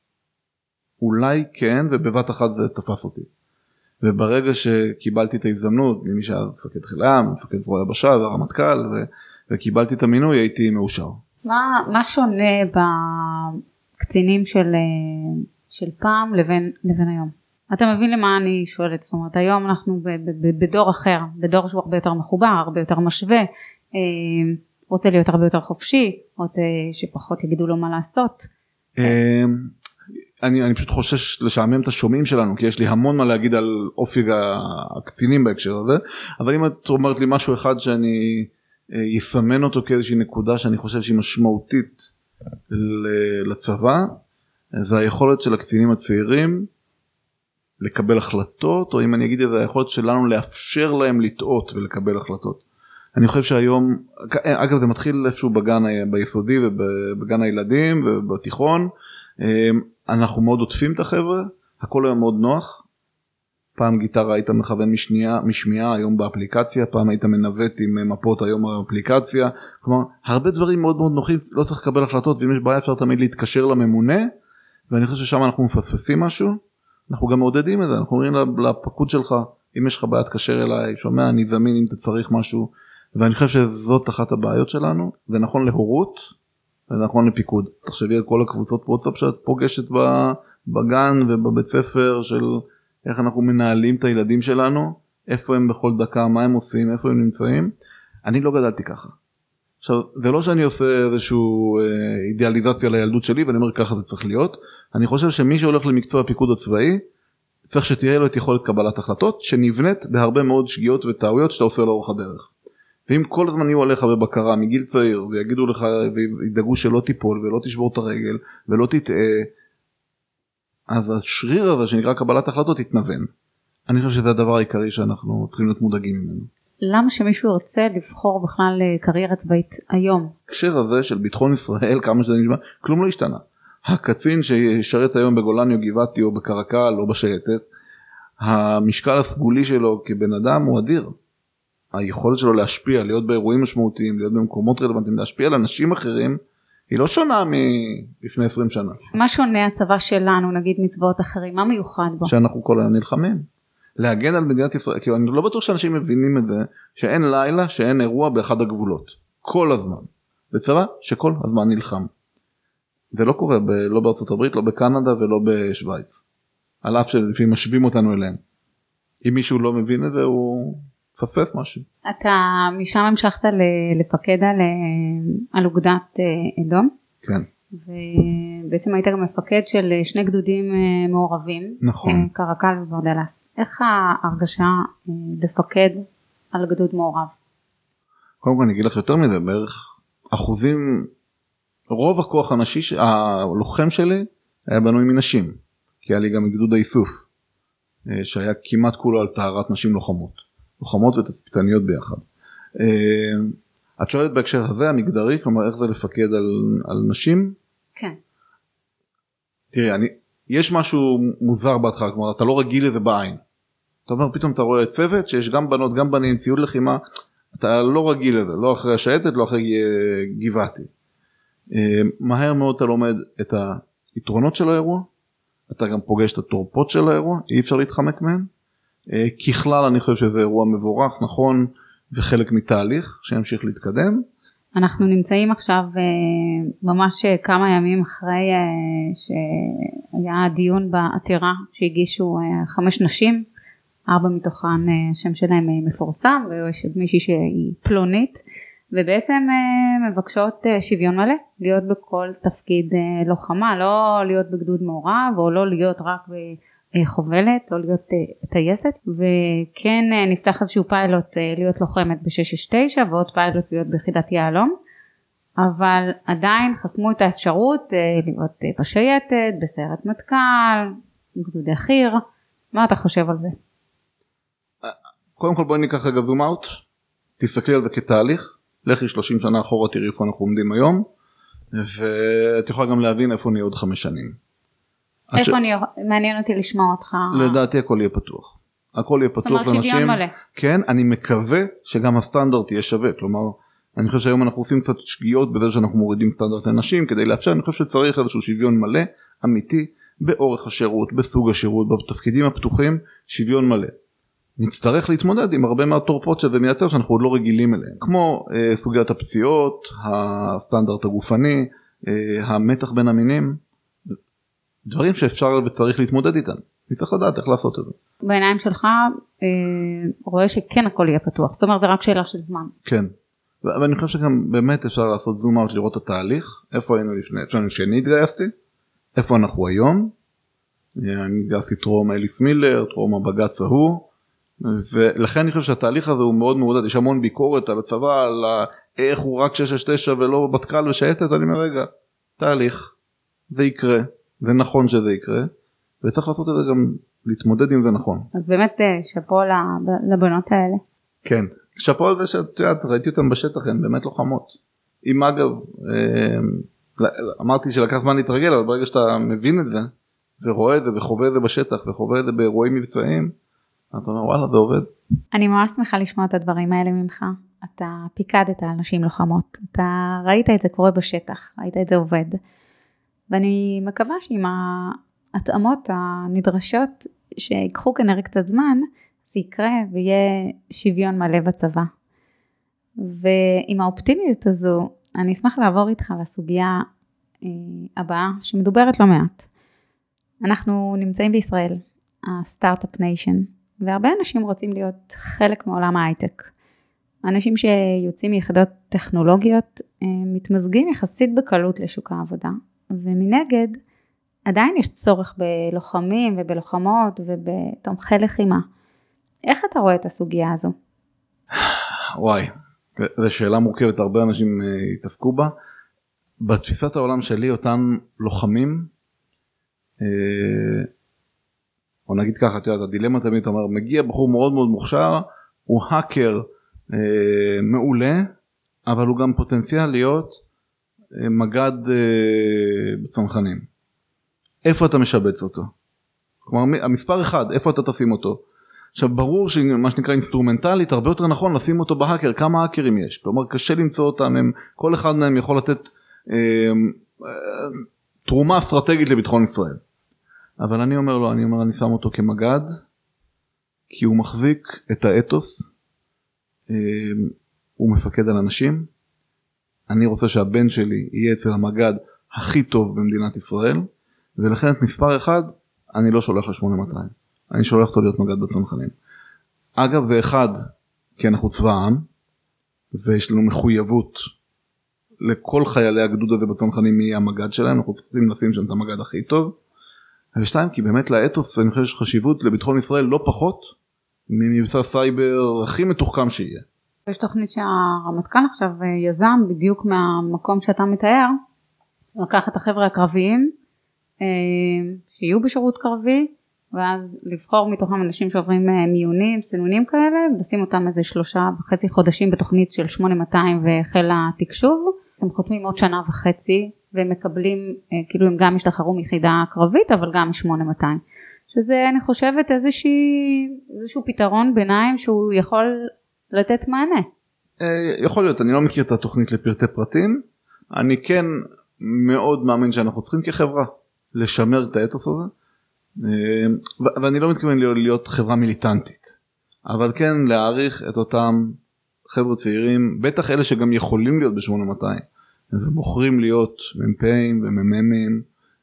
אולי כן, ובבת אחת זה תפס אותי. וברגע שקיבלתי את ההזדמנות, ממי שהיה מפקד חיל הים, מפקד זרוע יבשה והרמטכ"ל, ו... וקיבלתי את המינוי, הייתי מאושר. מה, מה שונה בקצינים של, של פעם לבין, לבין היום? אתה מבין למה אני שואלת? זאת אומרת, היום אנחנו ב, ב, ב, בדור אחר, בדור שהוא הרבה יותר מחובר, הרבה יותר משווה, רוצה להיות הרבה יותר חופשי, רוצה שפחות יגידו לו מה לעשות. אני, אני פשוט חושש לשעמם את השומעים שלנו, כי יש לי המון מה להגיד על אופי הקצינים בהקשר הזה, אבל אם את אומרת לי משהו אחד שאני יסמן אותו כאיזושהי נקודה שאני חושב שהיא משמעותית לצבא, זה היכולת של הקצינים הצעירים לקבל החלטות, או אם אני אגיד את זה, היכולת שלנו לאפשר להם לטעות ולקבל החלטות. אני חושב שהיום, אגב זה מתחיל איפשהו בגן, ביסודי ובגן הילדים ובתיכון, אנחנו מאוד עוטפים את החבר'ה, הכל היום מאוד נוח, פעם גיטרה היית מכוון משמיעה, משמיעה, היום באפליקציה, פעם היית מנווט עם מפות, היום באפליקציה, כלומר, הרבה דברים מאוד מאוד נוחים, לא צריך לקבל החלטות, ואם יש בעיה אפשר תמיד להתקשר לממונה, ואני חושב ששם אנחנו מפספסים משהו, אנחנו גם מעודדים את זה, אנחנו אומרים לפקוד שלך, אם יש לך בעיה תקשר אליי, שומע, אני זמין אם אתה צריך משהו, ואני חושב שזאת אחת הבעיות שלנו, זה נכון להורות, וזה נכון לפיקוד. תחשבי על כל הקבוצות וואטסאפ שאת פוגשת בגן ובבית ספר של איך אנחנו מנהלים את הילדים שלנו, איפה הם בכל דקה, מה הם עושים, איפה הם נמצאים. אני לא גדלתי ככה. עכשיו, זה לא שאני עושה איזושהי אידיאליזציה לילדות שלי, ואני אומר ככה זה צריך להיות. אני חושב שמי שהולך למקצוע הפיקוד הצבאי, צריך שתהיה לו את יכולת קבלת החלטות, שנבנית בהרבה מאוד שגיאות וטעויות שאתה עושה לאורך הדרך. ואם כל הזמן יהיו עליך בבקרה מגיל צעיר, ויגידו לך, וידאגו שלא תיפול, ולא תשבור את הרגל, ולא תטעה, אז השריר הזה שנקרא קבלת החלטות יתנוון. אני חושב שזה הדבר העיקרי שאנחנו צריכים להיות מודאגים ממנו. למה שמישהו ירצה לבחור בכלל קריירה צבאית היום? הקשר הזה של ביטחון ישראל, כמה שזה נשמע, כלום לא השתנה. הקצין שישרת היום בגולני או גבעתי או בקרקל או בשייטת, המשקל הסגולי שלו כבן אדם הוא אדיר. היכולת שלו להשפיע, להיות באירועים משמעותיים, להיות במקומות רלוונטיים, להשפיע על אנשים אחרים, היא לא שונה מלפני עשרים שנה. מה שונה הצבא שלנו, נגיד מצבאות אחרים, מה מיוחד בו? שאנחנו כל היום נלחמים. להגן על מדינת ישראל, כי אני לא בטוח שאנשים מבינים את זה, שאין לילה, שאין אירוע באחד הגבולות, כל הזמן, בצבא שכל הזמן נלחם, זה לא קורה ב, לא בארצות הברית, לא בקנדה ולא בשוויץ, על אף שלפעמים משווים אותנו אליהם, אם מישהו לא מבין את זה הוא פספס משהו. אתה משם המשכת לפקד על, על אוגדת אדום? כן. ובעצם היית גם מפקד של שני גדודים מעורבים, נכון. קרקל וברדלס. איך ההרגשה לפקד על גדוד מעורב? קודם כל אני אגיד לך יותר מזה, בערך אחוזים, רוב הכוח הנשי, הלוחם שלי היה בנוי מנשים, כי היה לי גם גדוד האיסוף, שהיה כמעט כולו על טהרת נשים לוחמות, לוחמות ותצפיתניות ביחד. את שואלת בהקשר הזה המגדרי, כלומר איך זה לפקד על, על נשים? כן. תראי, אני, יש משהו מוזר בהתחלה, כלומר אתה לא רגיל לזה בעין. אתה אומר, פתאום אתה רואה צוות שיש גם בנות, גם בנים, ציוד לחימה, אתה לא רגיל לזה, לא אחרי השייטת, לא אחרי גבעתי. מהר מאוד אתה לומד את היתרונות של האירוע, אתה גם פוגש את התורפות של האירוע, אי אפשר להתחמק מהן. ככלל אני חושב שזה אירוע מבורך, נכון, וחלק מתהליך שימשיך להתקדם. אנחנו נמצאים עכשיו ממש כמה ימים אחרי שהיה דיון בעתירה שהגישו חמש נשים, ארבע מתוכן השם שלהם מפורסם, ויש מישהי שהיא פלונית, ובעצם מבקשות שוויון מלא, להיות בכל תפקיד לוחמה, לא להיות בגדוד מעורב, או לא להיות רק בחובלת, לא להיות טייסת, וכן נפתח איזשהו פיילוט להיות לוחמת ב-שש שש תשע, ועוד פיילוט להיות ביחידת יהלום, אבל עדיין חסמו את האפשרות להיות בשייטת, בסיירת מטכ"ל, גדודי חי"ר. מה אתה חושב על זה? קודם כל בואי ניקח רגע זום אאוט, תסתכלי על זה כתהליך, לכי שלושים שנה אחורה, תראי איפה אנחנו עומדים היום, ואת יכולה גם להבין איפה נהיה עוד חמש שנים. איפה ש... אני, מעניין אותי לשמוע אותך. לדעתי הכל יהיה פתוח. הכל יהיה פתוח לנשים. זאת אומרת שוויון מלא. כן, אני מקווה שגם הסטנדרט יהיה שווה, כלומר, אני חושב שהיום אנחנו עושים קצת שגיאות בזה שאנחנו מורידים סטנדרט לנשים, כדי לאפשר, אני חושב שצריך איזשהו שוויון מלא, אמיתי, באורך השירות, בסוג השירות, בתפקידים הפתוחים, שוויון מלא. נצטרך להתמודד עם הרבה מהתורפות שזה מייצר שאנחנו עוד לא רגילים אליהם, כמו אה, סוגיית הפציעות, הסטנדרט הגופני, אה, המתח בין המינים, דברים שאפשר וצריך להתמודד איתם. נצטרך לדעת איך לעשות את זה. בעיניים שלך אה, רואה שכן הכל יהיה פתוח, זאת אומרת זה רק שאלה של זמן. כן, ואני חושב שגם באמת אפשר לעשות זום אאוט לראות את התהליך, איפה היינו לפני, איפה היינו שאני התגייסתי, איפה אנחנו היום, אני התגייסתי טרום אליס מילר, טרום הבג"ץ ההוא, ולכן אני חושב שהתהליך הזה הוא מאוד מעודד, יש המון ביקורת על הצבא, על איך הוא רק שש שש תשע ולא מטכ"ל ושייטת, אני אומר רגע, תהליך, זה יקרה, זה נכון שזה יקרה, וצריך לעשות את זה גם, להתמודד עם זה נכון. אז באמת שפו לבנות האלה. כן, שפו על זה שאת יודעת, ראיתי אותם בשטח, הן באמת לוחמות. אם אגב, אמרתי שלקח זמן להתרגל, אבל ברגע שאתה מבין את זה, ורואה את זה וחווה את זה בשטח, וחווה את זה באירועים מבצעיים, אתה אומר וואלה זה עובד. אני ממש שמחה לשמוע את הדברים האלה ממך, אתה פיקדת על נשים לוחמות, אתה ראית את זה קורה בשטח, ראית את זה עובד, ואני מקווה שעם ההתאמות הנדרשות שיקחו כנראה קצת זמן, זה יקרה ויהיה שוויון מלא בצבא. ועם האופטימיות הזו, אני אשמח לעבור איתך לסוגיה הבאה שמדוברת לא מעט. אנחנו נמצאים בישראל, הסטארט-אפ ניישן, והרבה אנשים רוצים להיות חלק מעולם ההייטק. אנשים שיוצאים מיחידות טכנולוגיות מתמזגים יחסית בקלות לשוק העבודה, ומנגד עדיין יש צורך בלוחמים ובלוחמות ובתומכי לחימה. איך אתה רואה את הסוגיה הזו? וואי, זו שאלה מורכבת, הרבה אנשים התעסקו בה. בתפיסת העולם שלי אותם לוחמים, או נגיד ככה, אתה יודע, הדילמה תמיד, אתה אומר, מגיע בחור מאוד מאוד מוכשר, הוא האקר אה, מעולה, אבל הוא גם פוטנציאל להיות אה, מגד אה, בצנחנים. איפה אתה משבץ אותו? כלומר, המספר אחד, איפה אתה תשים אותו? עכשיו, ברור שמה שנקרא אינסטרומנטלית, הרבה יותר נכון לשים אותו בהאקר, כמה האקרים יש? כלומר, קשה למצוא אותם, הם, כל אחד מהם יכול לתת אה, אה, תרומה אסטרטגית לביטחון ישראל. אבל אני אומר לו, אני אומר, אני שם אותו כמגד, כי הוא מחזיק את האתוס, הוא מפקד על אנשים, אני רוצה שהבן שלי יהיה אצל המגד הכי טוב במדינת ישראל, ולכן את מספר אחד אני לא שולח ל-שמונה מאתיים, אני שולח אותו להיות מגד בצנחנים. אגב זה אחד, כי אנחנו צבא העם, ויש לנו מחויבות לכל חיילי הגדוד הזה בצנחנים מי המגד שלהם, אנחנו צריכים לשים שם את המגד הכי טוב, ושתיים, כי באמת לאתוס אני חושב שיש חשיבות לביטחון ישראל לא פחות, ממבצע סייבר הכי מתוחכם שיהיה. יש תוכנית שהרמטכ"ל עכשיו יזם בדיוק מהמקום שאתה מתאר, לקח את החבר'ה הקרביים, שיהיו בשירות קרבי, ואז לבחור מתוכם אנשים שעוברים מיונים, סינונים כאלה, ולשים אותם איזה שלושה וחצי חודשים בתוכנית של שמונה מאתיים וחיל התקשוב, הם חותמים עוד שנה וחצי, והם מקבלים, כאילו הם גם השתחררו מיחידה קרבית, אבל גם שמונה מאתיים. שזה אני חושבת איזושהי, איזשהו פתרון ביניים שהוא יכול לתת מענה. יכול להיות, אני לא מכיר את התוכנית לפרטי פרטים, אני כן מאוד מאמין שאנחנו צריכים כחברה לשמר את האתוס הזה, ואני לא מתכוון להיות חברה מיליטנטית, אבל כן להעריך את אותם חבר'ה צעירים, בטח אלה שגם יכולים להיות ב-שמונה מאתיים, ובוחרים להיות מ"פים ומ"מים,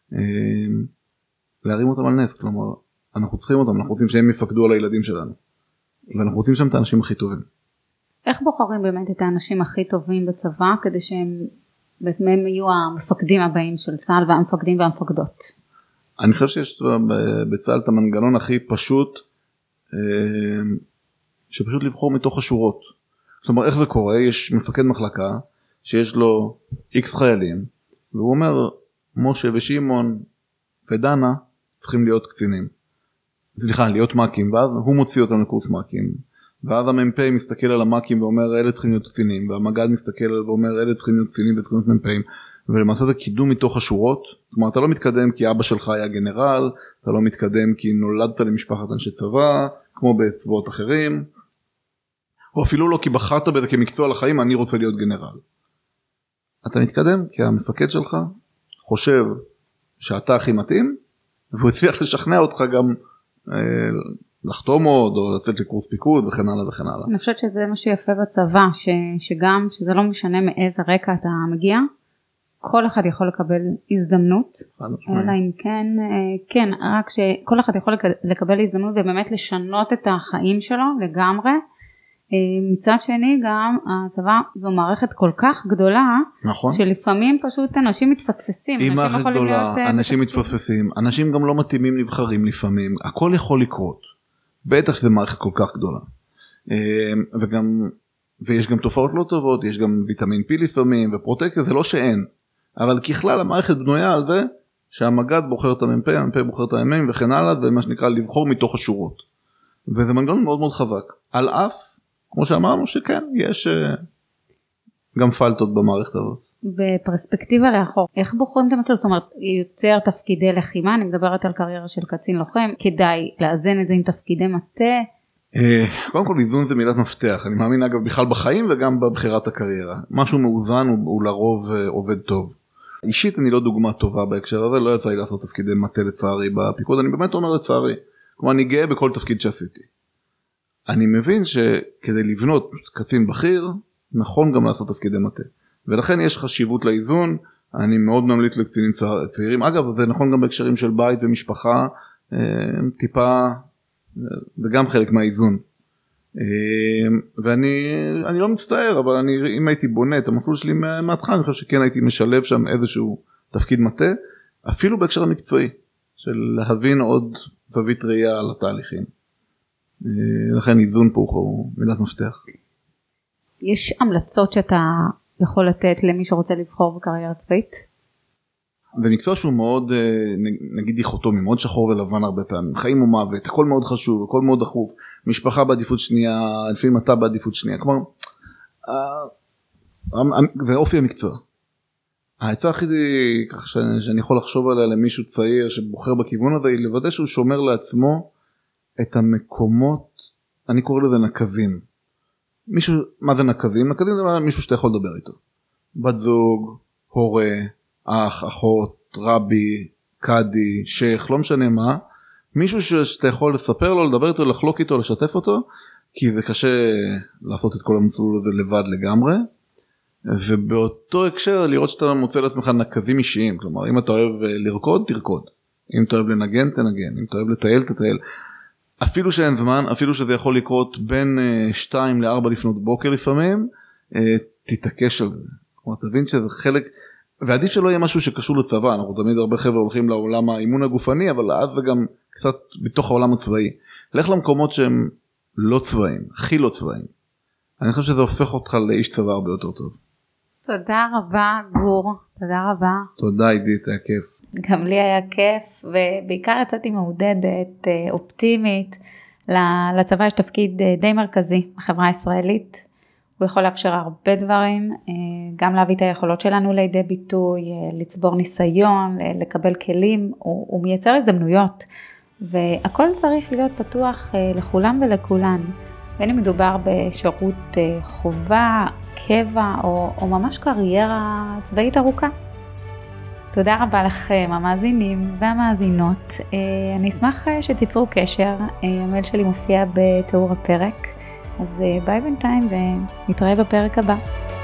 להרים אותם על נס, כלומר, אנחנו צריכים אותם, אנחנו רוצים שהם יפקדו על הילדים שלנו, ואנחנו רוצים שם את האנשים הכי טובים. איך בוחרים באמת את האנשים הכי טובים בצבא, כדי שהם בעצמם יהיו המפקדים הבאים של צה"ל, והמפקדים והמפקדות? אני חושב שיש בצה"ל את המנגנון הכי פשוט, שפשוט לבחור מתוך השורות. זאת אומרת, איך זה קורה? יש מפקד מחלקה, שיש לו איקס חיילים, והוא אומר, משה ושמעון ודנה צריכים להיות קצינים. סליחה, להיות מקים, ואז הוא מוציא אותם לקורס מקים, ואז המ"פ מסתכל על המקים ואומר, אלה צריכים להיות קצינים, והמג"ד מסתכל ואומר, אלה צריכים להיות קצינים וצריכים להיות מ"פים, ולמעשה זה קידום מתוך השורות. זאת אומרת, אתה לא מתקדם כי אבא שלך היה גנרל, אתה לא מתקדם כי נולדת למשפחת אנשי צבא, כמו בצבאות אחרים, או אפילו לא כי בחרת בזה כמקצוע לחיים, אני רוצה להיות גנרל. אתה מתקדם כי המפקד שלך חושב שאתה הכי מתאים, והוא הצליח לשכנע אותך גם אה, לחתום עוד, או לצאת לקורס פיקוד, וכן הלאה וכן הלאה. אני חושבת שזה מה שיפה בצבא, ש, שגם, שזה לא משנה מאיזה רקע אתה מגיע, כל אחד יכול לקבל הזדמנות, אלא אם כן, כן, רק שכל אחד יכול לקבל הזדמנות, ובאמת לשנות את החיים שלו לגמרי. מצד שני גם הצבא זו מערכת כל כך גדולה, נכון. שלפעמים פשוט אנשים מתפספסים. היא מערכת גדולה, אנשים מתפספסים, אנשים גם לא מתאימים נבחרים לפעמים, הכל יכול לקרות, בטח שזה מערכת כל כך גדולה. וגם, ויש גם תופעות לא טובות, יש גם ויטמין פי לפעמים, ופרוטקציה, זה לא שאין, אבל ככלל המערכת בנויה על זה, שהמג"ד בוחר את המ"פ, המ"פ בוחר את המ"מים וכן הלאה, זה מה שנקרא לבחור מתוך השורות. וזה מנגנון מאוד מאוד חזק, על אף, כמו שאמרנו שכן, יש גם פלטות במערכת הזאת. בפרספקטיבה לאחור, איך בוחרים את המסלול? זאת אומרת, יותר תפקידי לחימה, אני מדברת על קריירה של קצין לוחם, כדאי לאזן את זה עם תפקידי מטה? קודם כל, איזון זה מילת מפתח, אני מאמין אגב בכלל בחיים וגם בבחירת הקריירה. משהו מאוזן הוא, הוא לרוב עובד טוב. אישית אני לא דוגמה טובה בהקשר הזה, לא יצא לי לעשות תפקידי מטה לצערי בפיקוד, אני באמת אומר לצערי, כמו אני גאה בכל תפקיד שעשיתי. אני מבין שכדי לבנות קצין בכיר, נכון גם לעשות תפקידי מטה. ולכן יש חשיבות לאיזון, אני מאוד ממליץ לקצינים צעירים. אגב, זה נכון גם בהקשרים של בית ומשפחה, טיפה, וגם חלק מהאיזון. ואני אני לא מצטער, אבל אני, אם הייתי בונה את המסלול שלי מהתחלה, אני חושב שכן הייתי משלב שם איזשהו תפקיד מטה, אפילו בהקשר המקצועי, של להבין עוד זווית ראייה על התהליכים. לכן איזון פה הוא מילת מפתח. יש המלצות שאתה יכול לתת למי שרוצה לבחור בקריירה צבאית? זה מקצוע שהוא מאוד, נגיד דיכוטומי, מאוד שחור ולבן הרבה פעמים, חיים ומוות, הכל מאוד חשוב, הכל מאוד דחוף, משפחה בעדיפות שנייה, לפעמים אתה בעדיפות שנייה, כלומר, זה אופי המקצוע. העצה הכי ככה שאני יכול לחשוב עליה למישהו צעיר שבוחר בכיוון הזה, היא לוודא שהוא שומר לעצמו את המקומות, אני קורא לזה נקזים. מישהו, מה זה נקזים? נקזים זה מישהו שאתה יכול לדבר איתו. בת זוג, הורה, אח, אחות, רבי, קדי, שייך, לא משנה מה, מישהו שאתה יכול לספר לו, לדבר איתו, לחלוק איתו, לשתף אותו, כי זה קשה לעשות את כל המסלול הזה לבד לגמרי, ובאותו הקשר לראות שאתה מוצא לעצמך נקזים אישיים, כלומר אם אתה אוהב לרקוד, תרקוד, אם אתה אוהב לנגן, תנגן, אם אתה אוהב לטייל, תטייל, אפילו שאין זמן, אפילו שזה יכול לקרות בין שתיים לארבע לפנות בוקר לפעמים, תתעקש על זה, כלומר תבין שזה חלק, ועדיף שלא יהיה משהו שקשור לצבא, אנחנו תמיד הרבה חבר'ה הולכים לעולם האימון הגופני, אבל אז זה גם קצת בתוך העולם הצבאי, לך למקומות שהם לא צבאיים, הכי לא צבאיים, אני חושב שזה הופך אותך לאיש צבא הרבה יותר טוב. תודה רבה גור, תודה רבה. תודה עידית, היה כיף. גם לי היה כיף, ובעיקר יצאתי מעודדת, אופטימית. לצבא יש תפקיד די מרכזי בחברה הישראלית, הוא יכול לאפשר הרבה דברים, גם להביא את היכולות שלנו לידי ביטוי, לצבור ניסיון, לקבל כלים, הוא, הוא מייצר הזדמנויות, והכל צריך להיות פתוח לכולם ולכולן, בין אם מדובר בשירות חובה, קבע, או, או ממש קריירה צבאית ארוכה. תודה רבה לכם, המאזינים והמאזינות. אני אשמח שתיצרו קשר, המייל שלי מופיע בתיאור הפרק. אז ביי בינתיים ונתראה בפרק הבא.